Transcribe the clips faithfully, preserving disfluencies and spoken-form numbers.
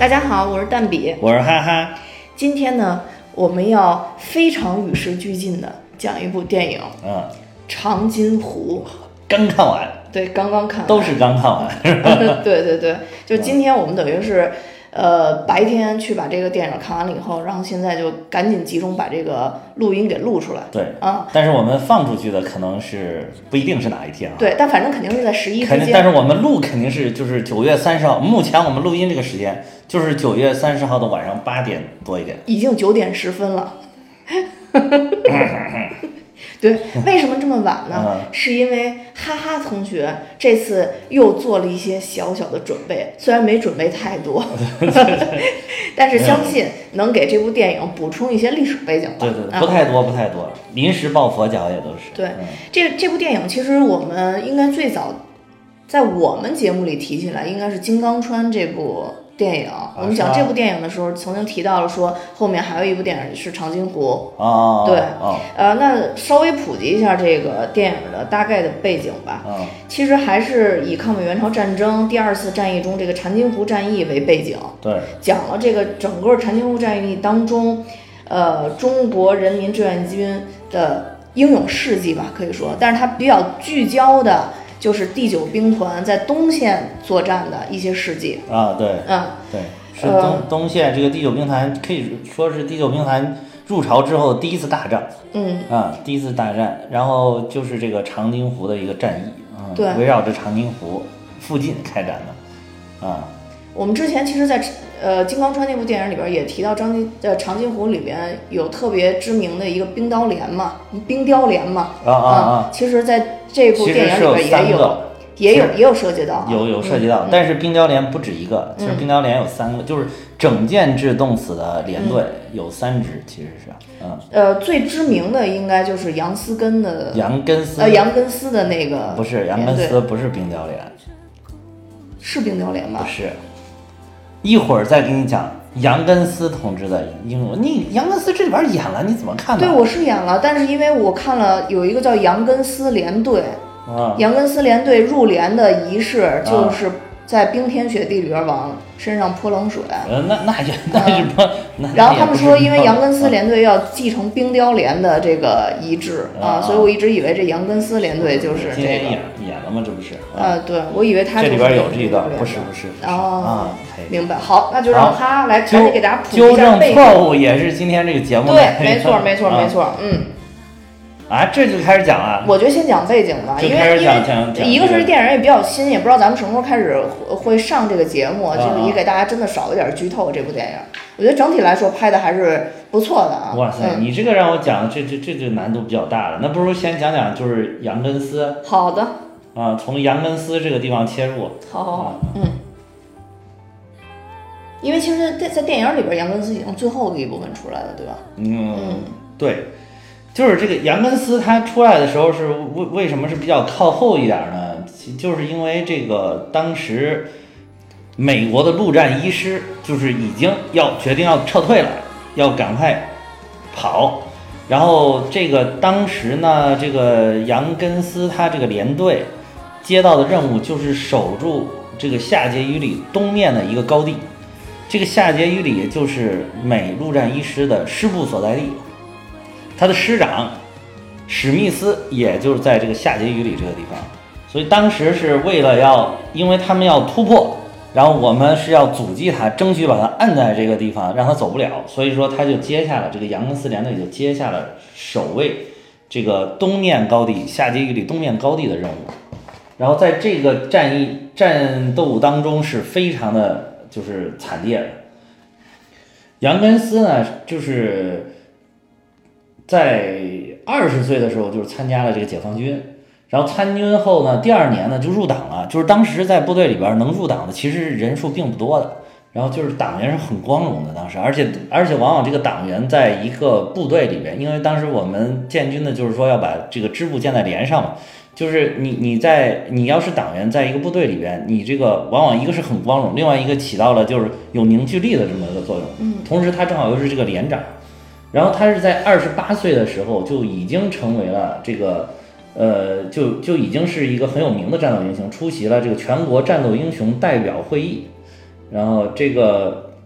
大家好，我是蛋比， 我是哈哈。 今天呢，我们要非常与时俱进的讲一部电影， 嗯， 长津湖。 刚看完， 对，刚刚看完， 都是刚看完。 对对对，就今天我们等于是，呃，白天去把这个电影看完了以后，然后现在就赶紧集中把这个录音给录出来。 对啊， 但是我们放出去的可能是不一定是哪一天啊。 对，但反正肯定是在十一之间。 肯定，但是我们录肯定是就是九月三十号，目前我们录音这个时间就是九月三十号的晚上八点多一点， 已经九点十分了。对，为什么这么晚呢？ 嗯、 是因为哈哈同学这次又做了一些小小的准备，虽然没准备太多，但是相信能给这部电影补充一些历史背景吧。 对对对，不太多、嗯、不太多，临时抱佛脚也都是。 对， 嗯、 这这部电影其实我们应该最早在我们节目里提起来，应该是《金刚川》这部电影。 啊、 我们讲这部电影的时候，曾经提到了说后面还有一部电影是《长津湖》。 哦， 对， 哦， 呃，那稍微普及一下这个电影的大概的背景吧。 嗯， 其实还是以抗美援朝战争第二次战役中这个长津湖战役为背景。 对， 讲了这个整个长津湖战役当中，呃，中国人民志愿军的英勇事迹吧，可以说，但是它比较聚焦的就是第九兵团在东线作战的一些事迹。 啊，对， 嗯， 对。是东、呃、东线这个第九兵团可以说是第九兵团入朝之后第一次大战， 嗯啊，第一次大战，然后就是这个长津湖的一个战役，嗯， 对， 围绕着长津湖附近开展的，啊。 我们之前其实在，在呃《金刚川》那部电影里边也提到，张津呃长津湖里边有特别知名的一个冰刀连嘛，冰雕连嘛， 啊啊啊！ 其实在这部电影里边也有。也有也有涉及到， 有有涉及到， 嗯、 但是冰雕连不止一个，其实冰雕连有三个，嗯、就是整件制动死的连队有三支，其实是，嗯， 呃，最知名的应该就是杨思根的杨根思， 呃，杨根思的那个不是杨根思，不是冰雕连， 是冰雕连吧？ 不是，一会儿再给你讲杨根思同志的英文。你杨根思这里边演了，你怎么看的？ 对，我是演了，但是因为我看了有一个叫杨根思连队。 啊、 杨根思连队入连的仪式就是在冰天雪地里边往身上泼冷水。 呃，那那也那是不、 嗯，然后他们说，因为杨根思连队要继承冰雕连的这个遗志、 啊, 啊，所以我一直以为这杨根思连队就是这个。 今天演演了吗？这不是？ 啊，对，我以为他、就是、 这里边有这个，不是不是。 哦， 啊， 明白。好，那就让他来赶紧给大家普及纠一下背景。 正错误也是今天这个节目的。 对，没错，没错，没错，嗯。 啊，这就开始讲啊！ 我觉得先讲背景吧，因为因为一个是电影也比较新，也不知道咱们什么时候开始会上这个节目， 啊、 就是也给大家真的少一点剧透这部电影。我觉得整体来说拍的还是不错的啊。 哇塞，嗯、你这个让我讲，这这这就难度比较大了。那不如先讲讲就是杨根思。 好的。 啊，从杨根思这个地方切入。 好好好，嗯。因为其实在在电影里边，杨根思已经最后的一部分出来了，对吧？ 嗯，嗯对。就是这个杨根思他出来的时候是为为什么是比较靠后一点呢？就是因为这个当时美国的陆战一师就是已经要决定要撤退了，要赶快跑。然后这个当时呢，这个杨根思他这个连队接到的任务就是守住这个夏杰伊里东面的一个高地。这个夏杰伊里就是美陆战一师的师部所在地。他的师长史密斯也就是在这个夏杰伊里这个地方，所以当时是为了要，因为他们要突破，然后我们是要阻击他，争取把他按在这个地方，让他走不了。所以说他就接下了这个杨根思连队就接下了守卫这个东面高地夏杰伊里东面高地的任务。然后在这个战役战斗当中是非常的就是惨烈的。杨根思呢，就是在二十岁的时候就是参加了这个解放军，然后参军后呢，第二年呢就入党了。就是当时在部队里边能入党的其实人数并不多的，然后就是党员是很光荣的当时，而且而且往往这个党员在一个部队里边，因为当时我们建军的就是说要把这个支部建在连上嘛，就是你你在你要是党员在一个部队里边，你这个往往一个是很光荣，另外一个起到了就是有凝聚力的这么一个作用。 嗯， 同时他正好又是这个连长。然后他是在二十八岁的时候就已经成为了这个，呃，就就已经是一个很有名的战斗英雄，出席了这个全国战斗英雄代表会议。然后这个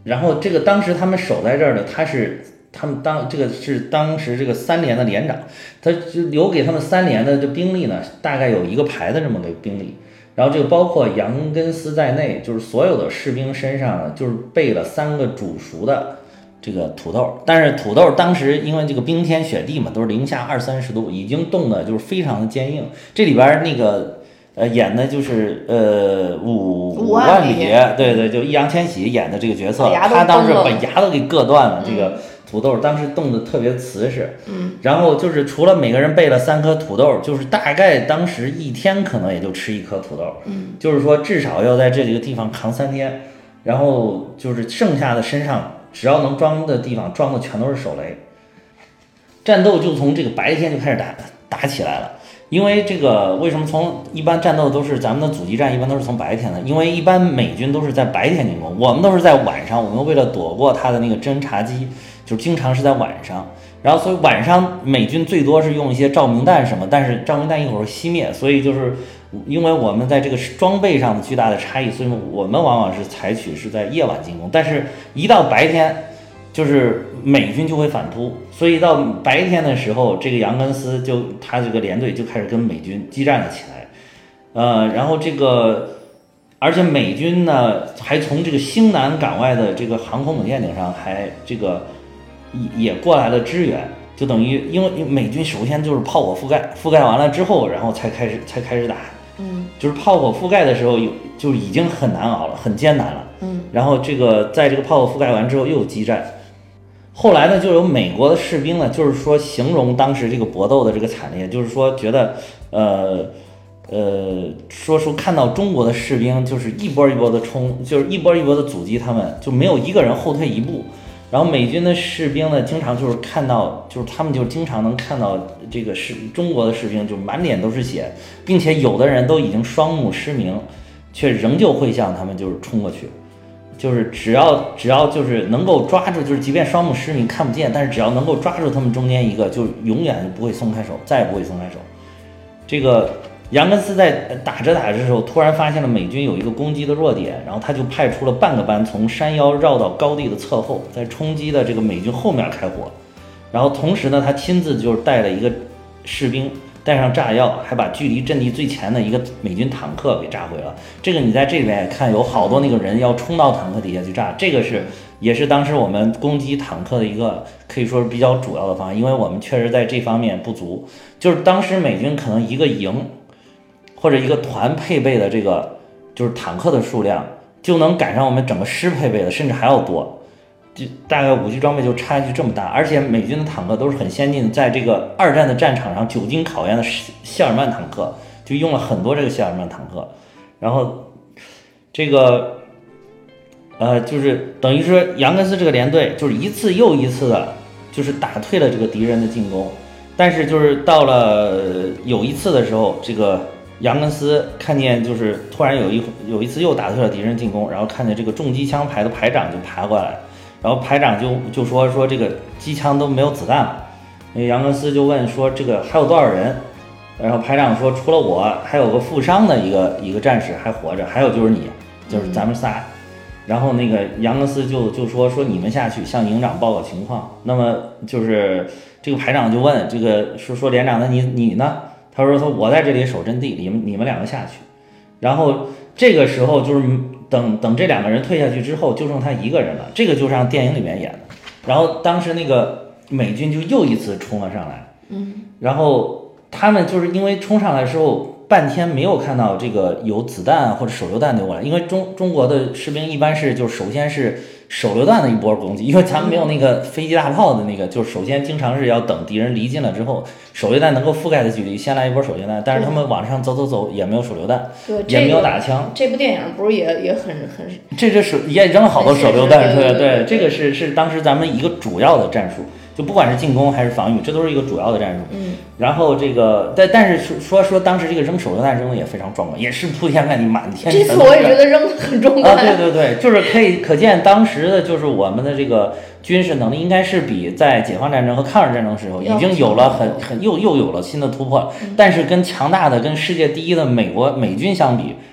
然后这个当时他们守在这儿的，他是他们当这个是当时这个三连的连长，他就留给他们三连的这兵力呢，大概有一个排的这么个兵力。然后这个包括杨根思在内，就是所有的士兵身上呢，就是备了三个煮熟的这个土豆。但是土豆当时因为这个冰天雪地嘛，都是零下二三十度，已经冻得就是非常的坚硬。这里边那个呃演的就是呃五五万里， 对对，就易烊千玺演的这个角色， 他他当时把牙都给硌断了， 嗯、 这个土豆当时冻得特别瓷实。 嗯， 然后就是除了每个人备了三颗土豆，就是大概当时一天可能也就吃一颗土豆。 嗯， 就是说至少要在这几个地方扛三天，然后就是剩下的身上只要能装的地方装的全都是手雷。战斗就从这个白天就开始打打起来了。因为这个为什么从一般战斗都是咱们的阻击战一般都是从白天的，因为一般美军都是在白天进攻，我们都是在晚上，我们为了躲过他的那个侦察机，就经常是在晚上。然后所以晚上美军最多是用一些照明弹什么，但是照明弹一会儿熄灭，所以就是因为我们在这个装备上的巨大的差异，所以我们往往是采取是在夜晚进攻，但是一到白天就是美军就会反扑，所以到白天的时候，这个杨根思就他这个连队就开始跟美军激战了起来，呃，然后这个而且美军呢还从这个兴南港外的这个航空母舰顶上还这个也过来了支援，就等于因为美军首先就是炮火覆盖，覆盖完了之后，然后才开始才开始打， 嗯， 就是炮火覆盖的时候有就已经很难熬了，很艰难了， 嗯，然后这个在这个炮火覆盖完之后又有激战。后来呢，就有美国的士兵呢，就是说形容当时这个搏斗的这个惨烈，就是说觉得，呃，呃，说说看到中国的士兵就是一波一波的冲，就是一波一波的阻击他们，就没有一个人后退一步。然后美军的士兵呢，经常就是看到，就是他们就经常能看到这个是中国的士兵就满脸都是血，并且有的人都已经双目失明，却仍旧会向他们就是冲过去。就是只要只要就是能够抓住，就是即便双目失明看不见，但是只要能够抓住他们中间一个，就永远不会松开手，再也不会松开手。这个杨根思在打着打着的时候，突然发现了美军有一个攻击的弱点，然后他就派出了半个班从山腰绕到高地的侧后，在冲击的这个美军后面开火。然后同时呢，他亲自就是带了一个士兵，带上炸药，还把距离阵地最前的一个美军坦克给炸毁了。这个你在这里面也看，有好多那个人要冲到坦克底下去炸，这个是也是当时我们攻击坦克的一个可以说是比较主要的方案，因为我们确实在这方面不足。就是当时美军可能一个营或者一个团配备的这个就是坦克的数量，就能赶上我们整个师配备的，甚至还要多。就大概武器装备就差距这么大，而且美军的坦克都是很先进的，在这个二战的战场上久经考验的谢尔曼坦克，就用了很多这个谢尔曼坦克，然后这个呃就是等于说杨根思这个连队就是一次又一次的，就是打退了这个敌人的进攻，但是就是到了有一次的时候，这个杨根思看见就是突然有一有一次又打退了敌人进攻，然后看见这个重机枪排的排长就爬过来。然后排长就就说说这个机枪都没有子弹了，那杨根思就问说这个还有多少人？然后排长说除了我还有个负伤的一个一个战士还活着，还有就是你，就是咱们仨。然后那个杨根思就就说说你们下去向营长报告情况。那么就是这个排长就问这个说说连长，那你你呢？他说说我在这里守阵地，你们你们两个下去。然后这个时候就是等等这两个人退下去之后，就剩他一个人了。这个就像电影里面演的。然后当时那个美军就又一次冲了上来， 嗯， 然后他们就是因为冲上来之后半天没有看到这个有子弹或者手榴弹流过来，因为中中国的士兵一般是就首先是手榴弹的一波攻击，因为咱们没有那个飞机大炮的那个，就是首先经常是要等敌人离近了之后，手榴弹能够覆盖的距离，先来一波手榴弹。但是他们往上走走走也没有手榴弹， 对， 也没有打枪。 这部电影不是也也很很， 这这手也扔了好多手榴弹， 对对, 对, 对，这个是是当时咱们一个主要的战术。就不管是进攻还是防御，这都是一个主要的战术。 嗯， 然后这个，但但是说说当时这个扔手榴弹扔的也非常壮观，也是铺天盖地，满天。 这次我也觉得扔的很壮观。 啊，对对对，就是可以可见当时的就是我们的这个军事能力，应该是比在解放战争和抗日战争时候已经有了很很又又有了新的突破。 嗯、 但是跟强大的跟世界第一的美国美军相比，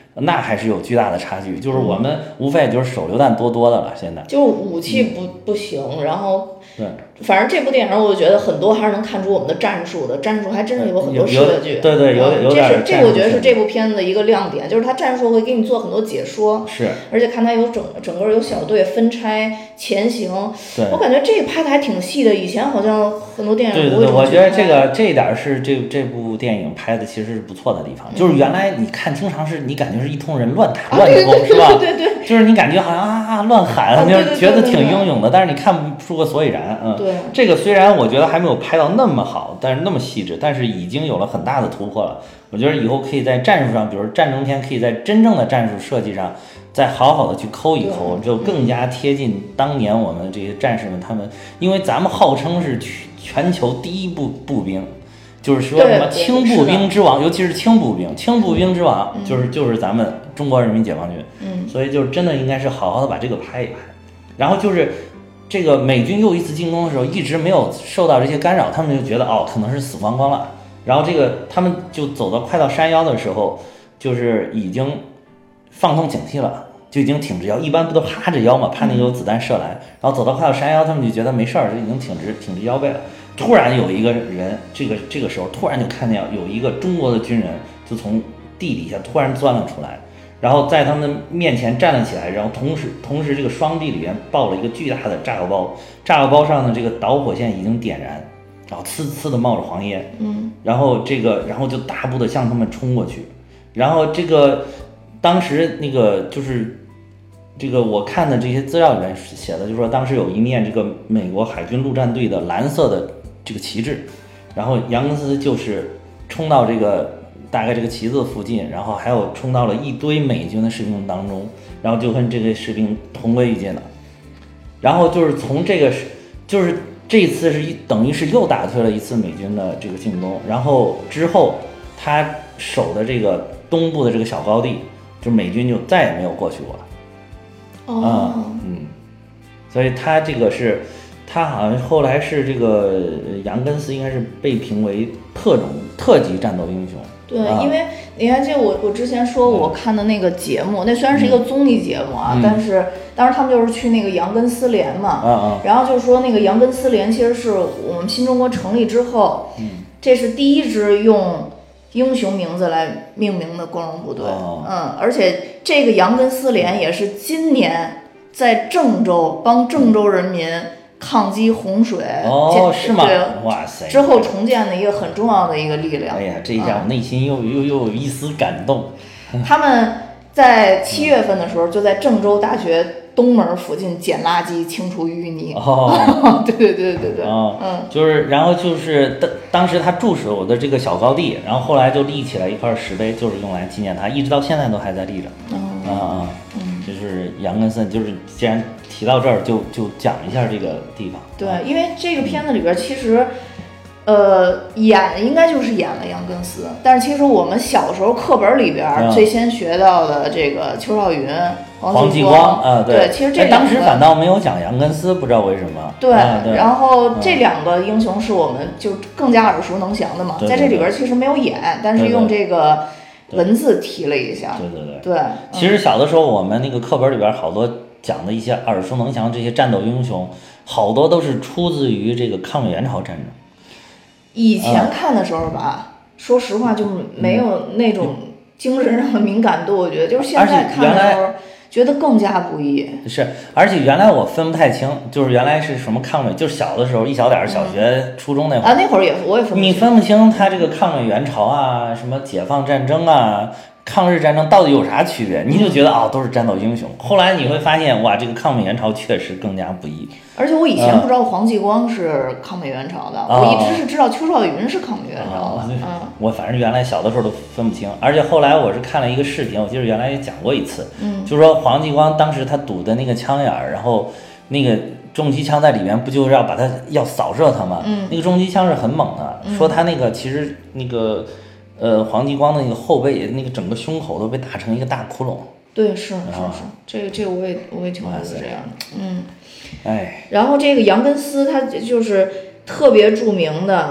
那还是有巨大的差距。就是我们无非就是手榴弹多多的了，现在就是武器不、嗯、不行，然后对， 反正这部电影我觉得很多还是能看出我们的战术的，战术还真是有很多设计。 对对，有有点。 这是这我觉得是这部片子的一个亮点，就是它战术会给你做很多解说， 是， 而且看它有整整个有小队分拆前行， 对， 我感觉这个拍的还挺细的，以前好像很多电影不会这么去拍。 对对对，我觉得这个这一点是这这部电影拍的其实是不错的地方，嗯、就是原来你看经常是你感觉是一通人乱打乱攻、 啊、 是吧？ 对对对， 就是你感觉好像啊乱喊， 啊、 就是觉得挺英勇的，但是你看不出个所以然，嗯， 对， 这个虽然我觉得还没有拍到那么好，但是那么细致，但是已经有了很大的突破了。我觉得以后可以在战术上，比如战争片，可以在真正的战术设计上，再好好的去抠一抠，就更加贴近当年我们这些战士们他们，因为咱们号称是全球第一步步兵。就是说什么轻步兵之王，尤其是轻步兵，轻步兵之王，嗯、就是就是咱们中国人民解放军。 嗯， 所以就是真的应该是好好的把这个拍一拍。然后就是这个美军又一次进攻的时候，一直没有受到这些干扰，他们就觉得哦可能是死光光了。然后这个他们就走到快到山腰的时候，就是已经放松警惕了，就已经挺直腰，一般不都趴着腰嘛，怕那个有子弹射来。然后走到快到山腰，他们就觉得没事儿，就已经挺直挺直腰背了。突然有一个人，这个这个时候突然就看见有一个中国的军人就从地底下突然钻了出来，然后在他们面前站了起来，然后同时同时这个双臂里面抱了一个巨大的炸药包，炸药包上的这个导火线已经点燃，然后呲呲的冒着黄烟， 嗯， 然后这个然后就大步的向他们冲过去，然后这个当时那个就是这个我看的这些资料里面写的，就是说当时有一面这个美国海军陆战队的蓝色的这个旗帜，然后杨根思就是冲到这个大概这个旗子附近，然后还有冲到了一堆美军的士兵当中，然后就跟这个士兵同归于尽了。然后就是从这个就是这次是一等于是又打退了一次美军的这个进攻，然后之后他守的这个东部的这个小高地，就美军就再也没有过去过了。 哦， 嗯嗯，所以他这个是。他好像后来是这个杨根思应该是被评为特种特级战斗英雄。 对， 啊、 因为你还记得我我之前说我看的那个节目，嗯、那虽然是一个综艺节目啊， 嗯、 但是当时他们就是去那个杨根思连嘛， 啊啊， 然后就是说那个杨根思连其实是我们新中国成立之后， 嗯， 这是第一支用英雄名字来命名的光荣部队， 哦、 嗯，而且这个杨根思连也是今年在郑州帮郑州人民。抗击洪水哦，是吗？ 哇塞！之后重建的一个很重要的一个力量。 哎呀，这一下我内心又、嗯、又又有一丝感动。 他们在七月份的时候，就在郑州大学东门附近捡垃圾、清除淤泥。 哦， 对对对对对。 哦， 嗯， 就是，然后就是当当时他驻守的这个小高地，然后后来就立起来一块石碑，就是用来纪念他，一直到现在都还在立着。 嗯啊啊， 嗯， 就是杨根思，就是既然提到这儿就就讲一下这个地方。 对，因为这个片子里边其实，呃，演应该就是演了杨根思，但是其实我们小时候课本里边最先学到的这个邱少云、 黄继光啊， 对，对，其实这当时反倒没有讲杨根思，不知道为什么。 对， 啊、对然后这两个英雄是我们就更加耳熟能详的嘛， 对对对， 在这里边其实没有演，但是用这个文字提了一下。 对对对对，对其实小的时候我们那个课本里边好多讲的一些耳熟能详这些战斗英雄，好多都是出自于这个抗美援朝战争。 以前看的时候吧，嗯、说实话就没有那种精神上的敏感度，我觉得就是现在看的时候觉得更加不易。 是，而且原来我分不太清，就是原来是什么抗美，就是小的时候一小点儿，小学、嗯、初中那会儿啊，那会儿也我也分不清。 你分不清他这个抗美援朝啊，什么解放战争啊。抗日战争到底有啥区别？你就觉得啊、哦，都是战斗英雄。后来你会发现，哇，这个抗美援朝确实更加不易。 而且我以前不知道黄继光是抗美援朝的， 嗯、 我一直是知道邱少云是抗美援朝的。 哦、 嗯， 我反正原来小的时候都分不清，而且后来我是看了一个视频，我记得原来也讲过一次， 嗯， 就是说黄继光当时他堵的那个枪眼儿，然后那个重机枪在里面，不就是要把他要扫射他吗？ 嗯， 那个重机枪是很猛的， 嗯、 说他那个其实那个。呃，黄继光的那个后背，那个整个胸口都被打成一个大窟窿。 对，是是是，这个这个我也我也听说是这样的，嗯， 哎。 然后这个杨根思他就是特别著名的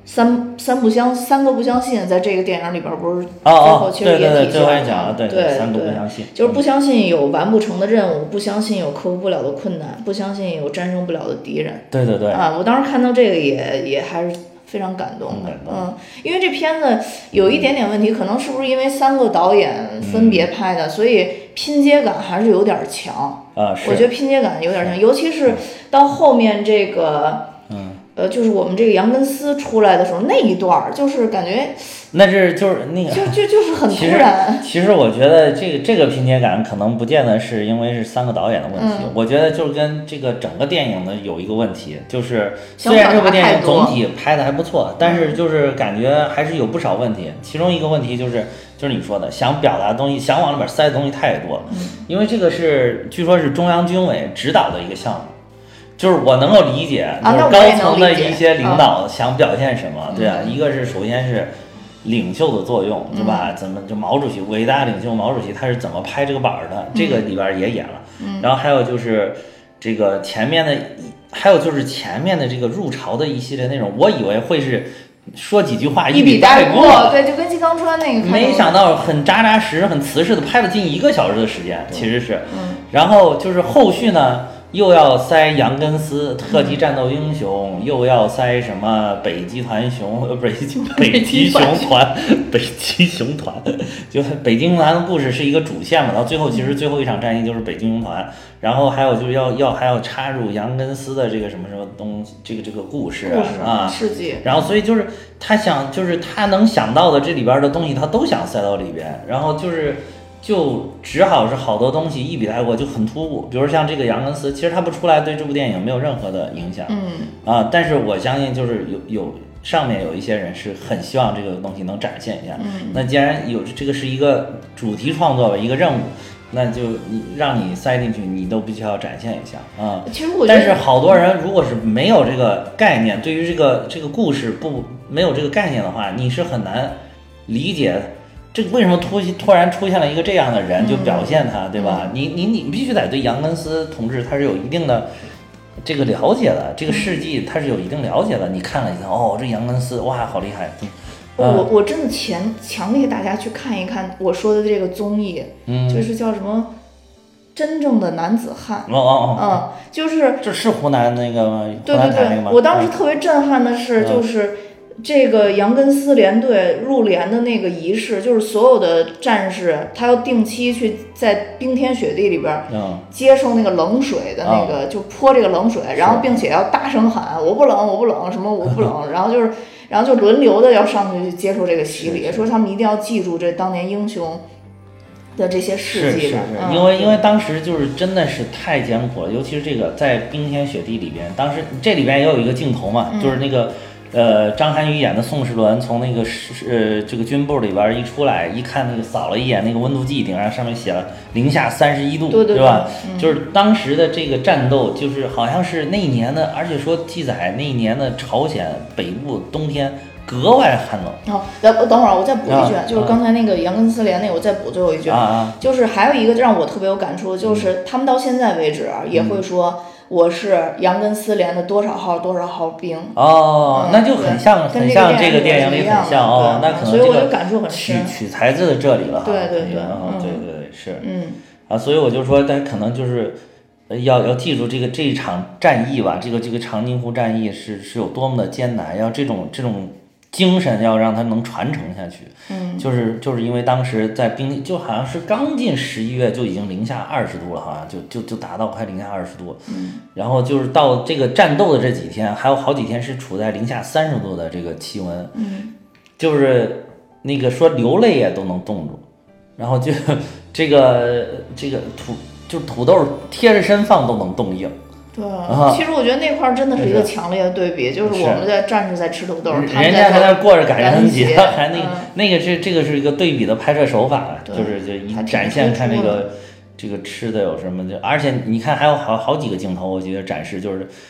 三三不相三个不相信，在这个电影里边不是最后其实也体现了， 讲了，对对三个不相信， 就是不相信有完不成的任务，不相信有克服不了的困难，不相信有战胜不了的敌人。 对对对。 啊，我当时看到这个也也还是非常感动的，嗯，因为这片子有一点点问题，可能是不是因为三个导演分别拍的，嗯、所以拼接感还是有点强。 啊， 我觉得拼接感有点强，尤其是到后面这个。 嗯， 呃，就是我们这个杨根思出来的时候那一段儿，就是感觉， 那是就是那个， 就就就是很突然。 其实，其实我觉得这个这个拼接感可能不见得是因为是三个导演的问题， 嗯、 我觉得就是跟这个整个电影的有一个问题，就是虽然这部电影总体拍的还不错，但是就是感觉还是有不少问题。其中一个问题就是就是你说的，想表达的东西，想往里边塞的东西太多了， 嗯、 因为这个是据说是中央军委指导的一个项目。就是我能够理解，就是高层的一些领导想表现什么， 啊、 对啊，一个是首先是领袖的作用，对吧？ 嗯、 怎么就毛主席伟大领袖毛主席他是怎么拍这个板的？ 嗯、 这个里边也演了。 嗯、 然后还有就是这个前面的，还有就是前面的这个入朝的一系列内容，我以为会是说几句话一笔带过， 对，就跟金刚川那个， 没想到很扎扎实实、很瓷实的拍了近一个小时的时间，其实是。 嗯。 然后就是后续呢。又要塞杨根思特级战斗英雄， 嗯、 又要塞什么北极团熊，呃，北极北极熊团，北极熊团，就北京团的故事是一个主线嘛，到最后其实最后一场战役就是北极熊团，然后还有就是要要还要插入杨根思的这个什么什么东西，这个这个故事啊，啊事迹， 然后所以就是他想，就是他能想到的这里边的东西，他都想塞到里边，然后就是。就只好是好多东西一笔带过，就很突兀。比如像这个杨根思，其实他不出来对这部电影没有任何的影响， 嗯啊，但是我相信就是有有上面有一些人是很希望这个东西能展现一下。 嗯， 那既然有这个是一个主题创作吧，一个任务，那就让你塞进去，你都必须要展现一下啊。 其实我但是好多人如果是没有这个概念，对于这个这个故事不没有这个概念的话，你是很难理解。这个为什么突突然出现了一个这样的人，就表现他， 嗯、 对吧？你你你必须得对杨根思同志他是有一定的这个了解的，这个事迹他是有一定了解的。你看了一下，哦，这杨根思哇，好厉害！嗯、 我我真的强强烈大家去看一看我说的这个综艺， 嗯， 就是叫什么？真正的男子汉。 哦哦哦， 嗯，就是这是湖南那个吗？ 对对对，我当时特别震撼的是，就是。嗯这个杨根思连队入连的那个仪式，就是所有的战士他要定期去在冰天雪地里边接受那个冷水的那个， 嗯、 就泼这个冷水，然后并且要大声喊我不冷我不冷什么我不冷，然后就是然后就轮流的要上去接受这个洗礼，说他们一定要记住这当年英雄的这些事迹的。 是是是，嗯、因为因为当时就是真的是太艰苦了，尤其是这个在冰天雪地里边，当时这里边也有一个镜头嘛， 嗯、 就是那个。呃，张涵予演的宋世伦从那个呃这个军部里边一出来，一看那个扫了一眼那个温度计，顶上上面写了零下三十一度， 对对对吧？ 嗯、 就是当时的这个战斗，就是好像是那一年的，而且说记载那一年的朝鲜北部冬天格外寒冷。 哦，等等会儿我再补一句， 啊、 就是刚才那个杨根思连那个，我再补最后一句， 啊、 就是还有一个让我特别有感触，就是他们到现在为止也会说。嗯我是杨根思连的多少号多少号兵哦、嗯，那就很像很像这个电影里很像哦，那可能所以我就感触很深。 取取材自这里了哈， 对对对， 嗯，对对对是， 嗯啊，所以我就说，但可能就是要要记住这个这一场战役吧，这个这个长津湖战役是是有多么的艰难，要这种这种精神要让它能传承下去。 嗯， 就是就是因为当时在冰，就好像是刚进十一月就已经零下二十度了，好像就就就达到快零下二十度。 嗯， 然后就是到这个战斗的这几天，还有好几天是处在零下三十度的这个气温。 嗯， 就是那个说流泪也都能冻住，然后就这个这个土就土豆贴着身放都能冻硬。 对，其实我觉得那块真的是一个强烈的对比，就是我们在战士在吃土豆， 人家在那过着感恩节，还那个、 嗯、 那个是这个是一个对比的拍摄手法，就是就一展现看这个这个吃的有什么的，而且你看还有好好几个镜头，我觉得展示就是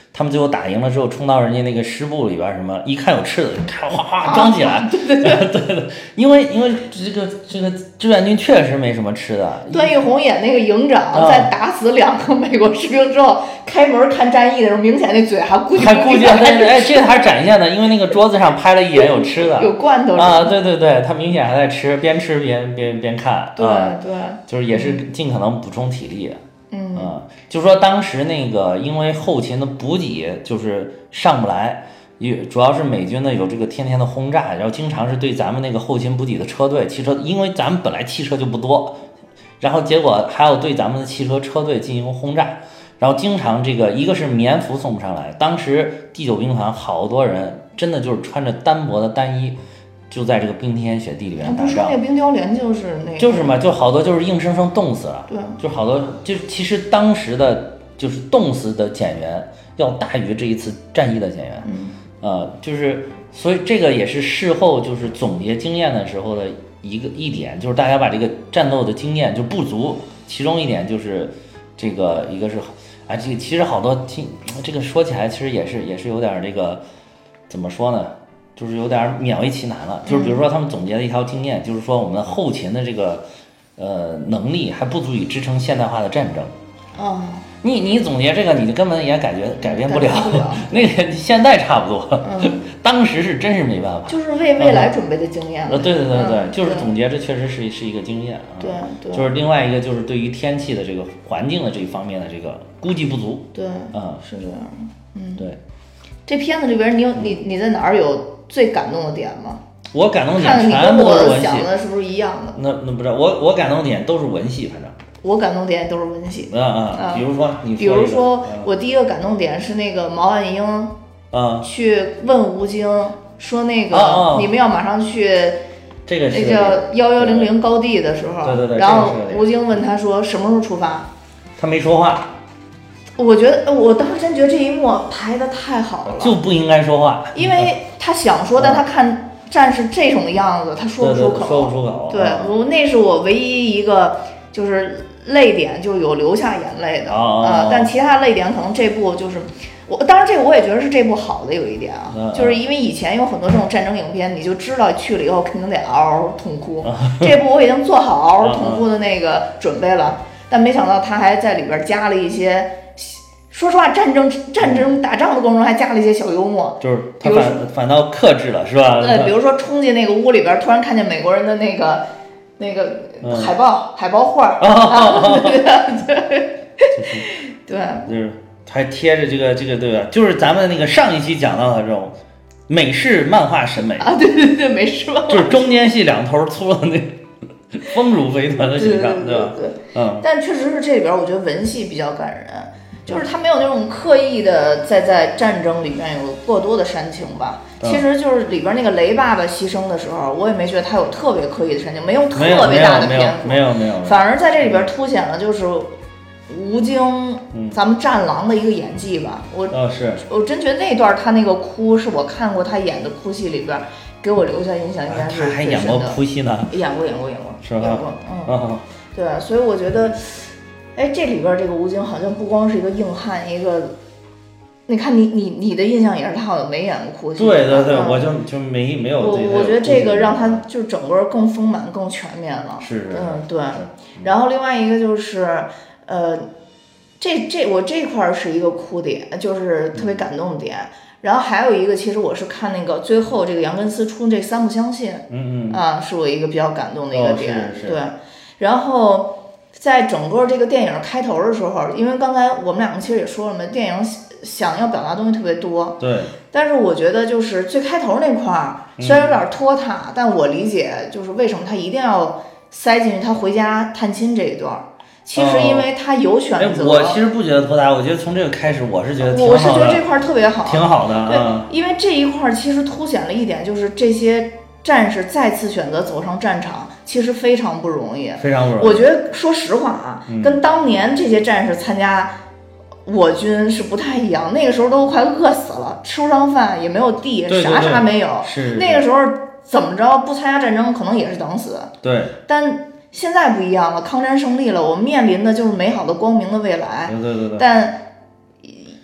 他们最后打赢了之后，冲到人家那个师部里边，什么一看有吃的，就开哗哗装起来。 啊、对对对对对，因为因为这个这个志愿军确实没什么吃的。 段奕宏演那个营长，在打死两个美国士兵之后，开门看战役的时候，明显那嘴还顾还顾忌，哎，这个还是展现的，因为那个桌子上拍了一眼有吃的， 有罐头啊，对对对，他明显还在吃，边吃边边边看， 对、 啊、 对， 就是也是尽可能补充体力。 嗯， 呃，就说当时那个因为后勤的补给就是上不来，也主要是美军呢有这个天天的轰炸，然后经常是对咱们那个后勤补给的车队、汽车，因为咱们本来汽车就不多，然后结果还要对咱们的汽车车队进行轰炸，然后经常这个一个是棉服送不上来，当时第九兵团好多人真的就是穿着单薄的单衣。就在这个冰天雪地里面打仗， 不是那个冰雕连就是那个， 就是嘛，就好多就是硬生生冻死了， 对， 就好多就其实当时的就是冻死的减员要大于这一次战役的减员， 嗯， 呃，就是所以这个也是事后就是总结经验的时候的一个一点，就是大家把这个战斗的经验就不足，其中一点就是这个一个是啊，这其实好多听这个说起来其实也是也是有点这个怎么说呢？就是有点勉为其难了，就是比如说他们总结的一条经验，嗯、就是说我们后勤的这个呃能力还不足以支撑现代化的战争。 哦， 你你总结这个，你就根本也感觉改变不了， 不了那个现在差不多， 嗯、 当时是真是没办法， 就是为未来准备的经验。 呃、嗯，对对对对， 嗯、 就是总结，这确实是是一个经验啊。 对对， 就是另外一个就是对于天气的这个环境的这一方面的这个估计不足。 对， 嗯， 是这样的。嗯， 对。 这片子里边，你有你你在哪儿有最感动的点吗？ 我感动点全部都是文戏， 想的是不是一样的？ 那那不知道，我我感动点都是文戏，反正。 我感动点都是文戏。 嗯嗯， 嗯比如说你说比如说、 嗯、 我第一个感动点是那个毛岸英， 嗯， 去问吴京说那个、 哦哦、 你们要马上去。 这个那叫幺幺零零高地的时候， 对对对， 然后吴京问他说什么时候出发， 他没说话。 我觉得我当时真觉得这一幕排的太好了， 就不应该说话， 因为他想说，但他看战士这种样子，他说不出口， 对对对说不出口。 对，我那是我唯一一个就是泪点，就有流下眼泪的啊、 哦呃，但其他泪点可能这部就是我，当然这个我也觉得是这部好的有一点啊， 嗯、 就是因为以前有很多这种战争影片，你就知道去了以后肯定得嗷嗷痛哭，这部我已经做好嗷嗷痛哭的那个准备了，但没想到他还在里边加了一些。说实话，战争战争打仗的过程中还加了一些小幽默， 就是他反反倒克制了，是吧？ 对，比如说冲进那个屋里边，突然看见美国人的那个那个海报、嗯、海报画， 哦哦、 对对对， 就是还贴着这个这个对吧？就是咱们那个上一期讲到的这种美式漫画审美啊，对对对，美式漫画， 就是中间戏两头粗的那丰乳肥臀的形象， 对吧？ 对对， 嗯， 但确实是这里边，我觉得文戏比较感人。就是他没有那种刻意的在在战争里面有过多的煽情吧， 嗯、 其实就是里边那个雷爸爸牺牲的时候，我也没觉得他有特别刻意的煽情，没有特别大的篇幅， 没有没有， 反而在这里边凸显了就是吴京、嗯、咱们战狼的一个演技吧。我、 哦、是我真觉得那段他那个哭是我看过他演的哭戏里边给我留下印象应该是、 啊、他还演过哭戏呢， 演过演过演过是吧？ 演过嗯、 哦、 对，所以我觉得。哎，这里边这个吴京好像不光是一个硬汉，一个，你看你你你的印象也是他好像没演过哭戏。 对对对， 嗯、 我就就没没有。 我我觉得这个让他就整个更丰满、更全面了。 是是。 嗯，对。然后另外一个就是，呃，这这我这块是一个哭点，就是特别感动的点。嗯、然后还有一个，其实我是看那个最后这个杨根思出这三不相信， 嗯嗯， 啊，是我一个比较感动的一个点。 哦、是是对，然后。在整个这个电影开头的时候，因为刚才我们两个其实也说了嘛，电影想要表达东西特别多。 对。 但是我觉得就是最开头那块儿虽然有点拖沓，嗯、但我理解就是为什么他一定要塞进去他回家探亲这一段。其实因为他有选择。 哦、我其实不觉得拖沓，我觉得从这个开始我是觉得挺好的。 我是觉得这块特别好。 挺好的。 对， 嗯、 因为这一块其实凸显了一点，就是这些。战士再次选择走上战场，其实非常不容易， 非常不容易。 我觉得说实话啊， 嗯、 跟当年这些战士参加我军是不太一样。那个时候都快饿死了，吃不上饭，也没有地， 对对对啥啥没有。 是那个时候怎么着不参加战争，可能也是等死。 对。 但现在不一样了，抗战胜利了，我们面临的就是美好的、光明的未来。 对对对对。 但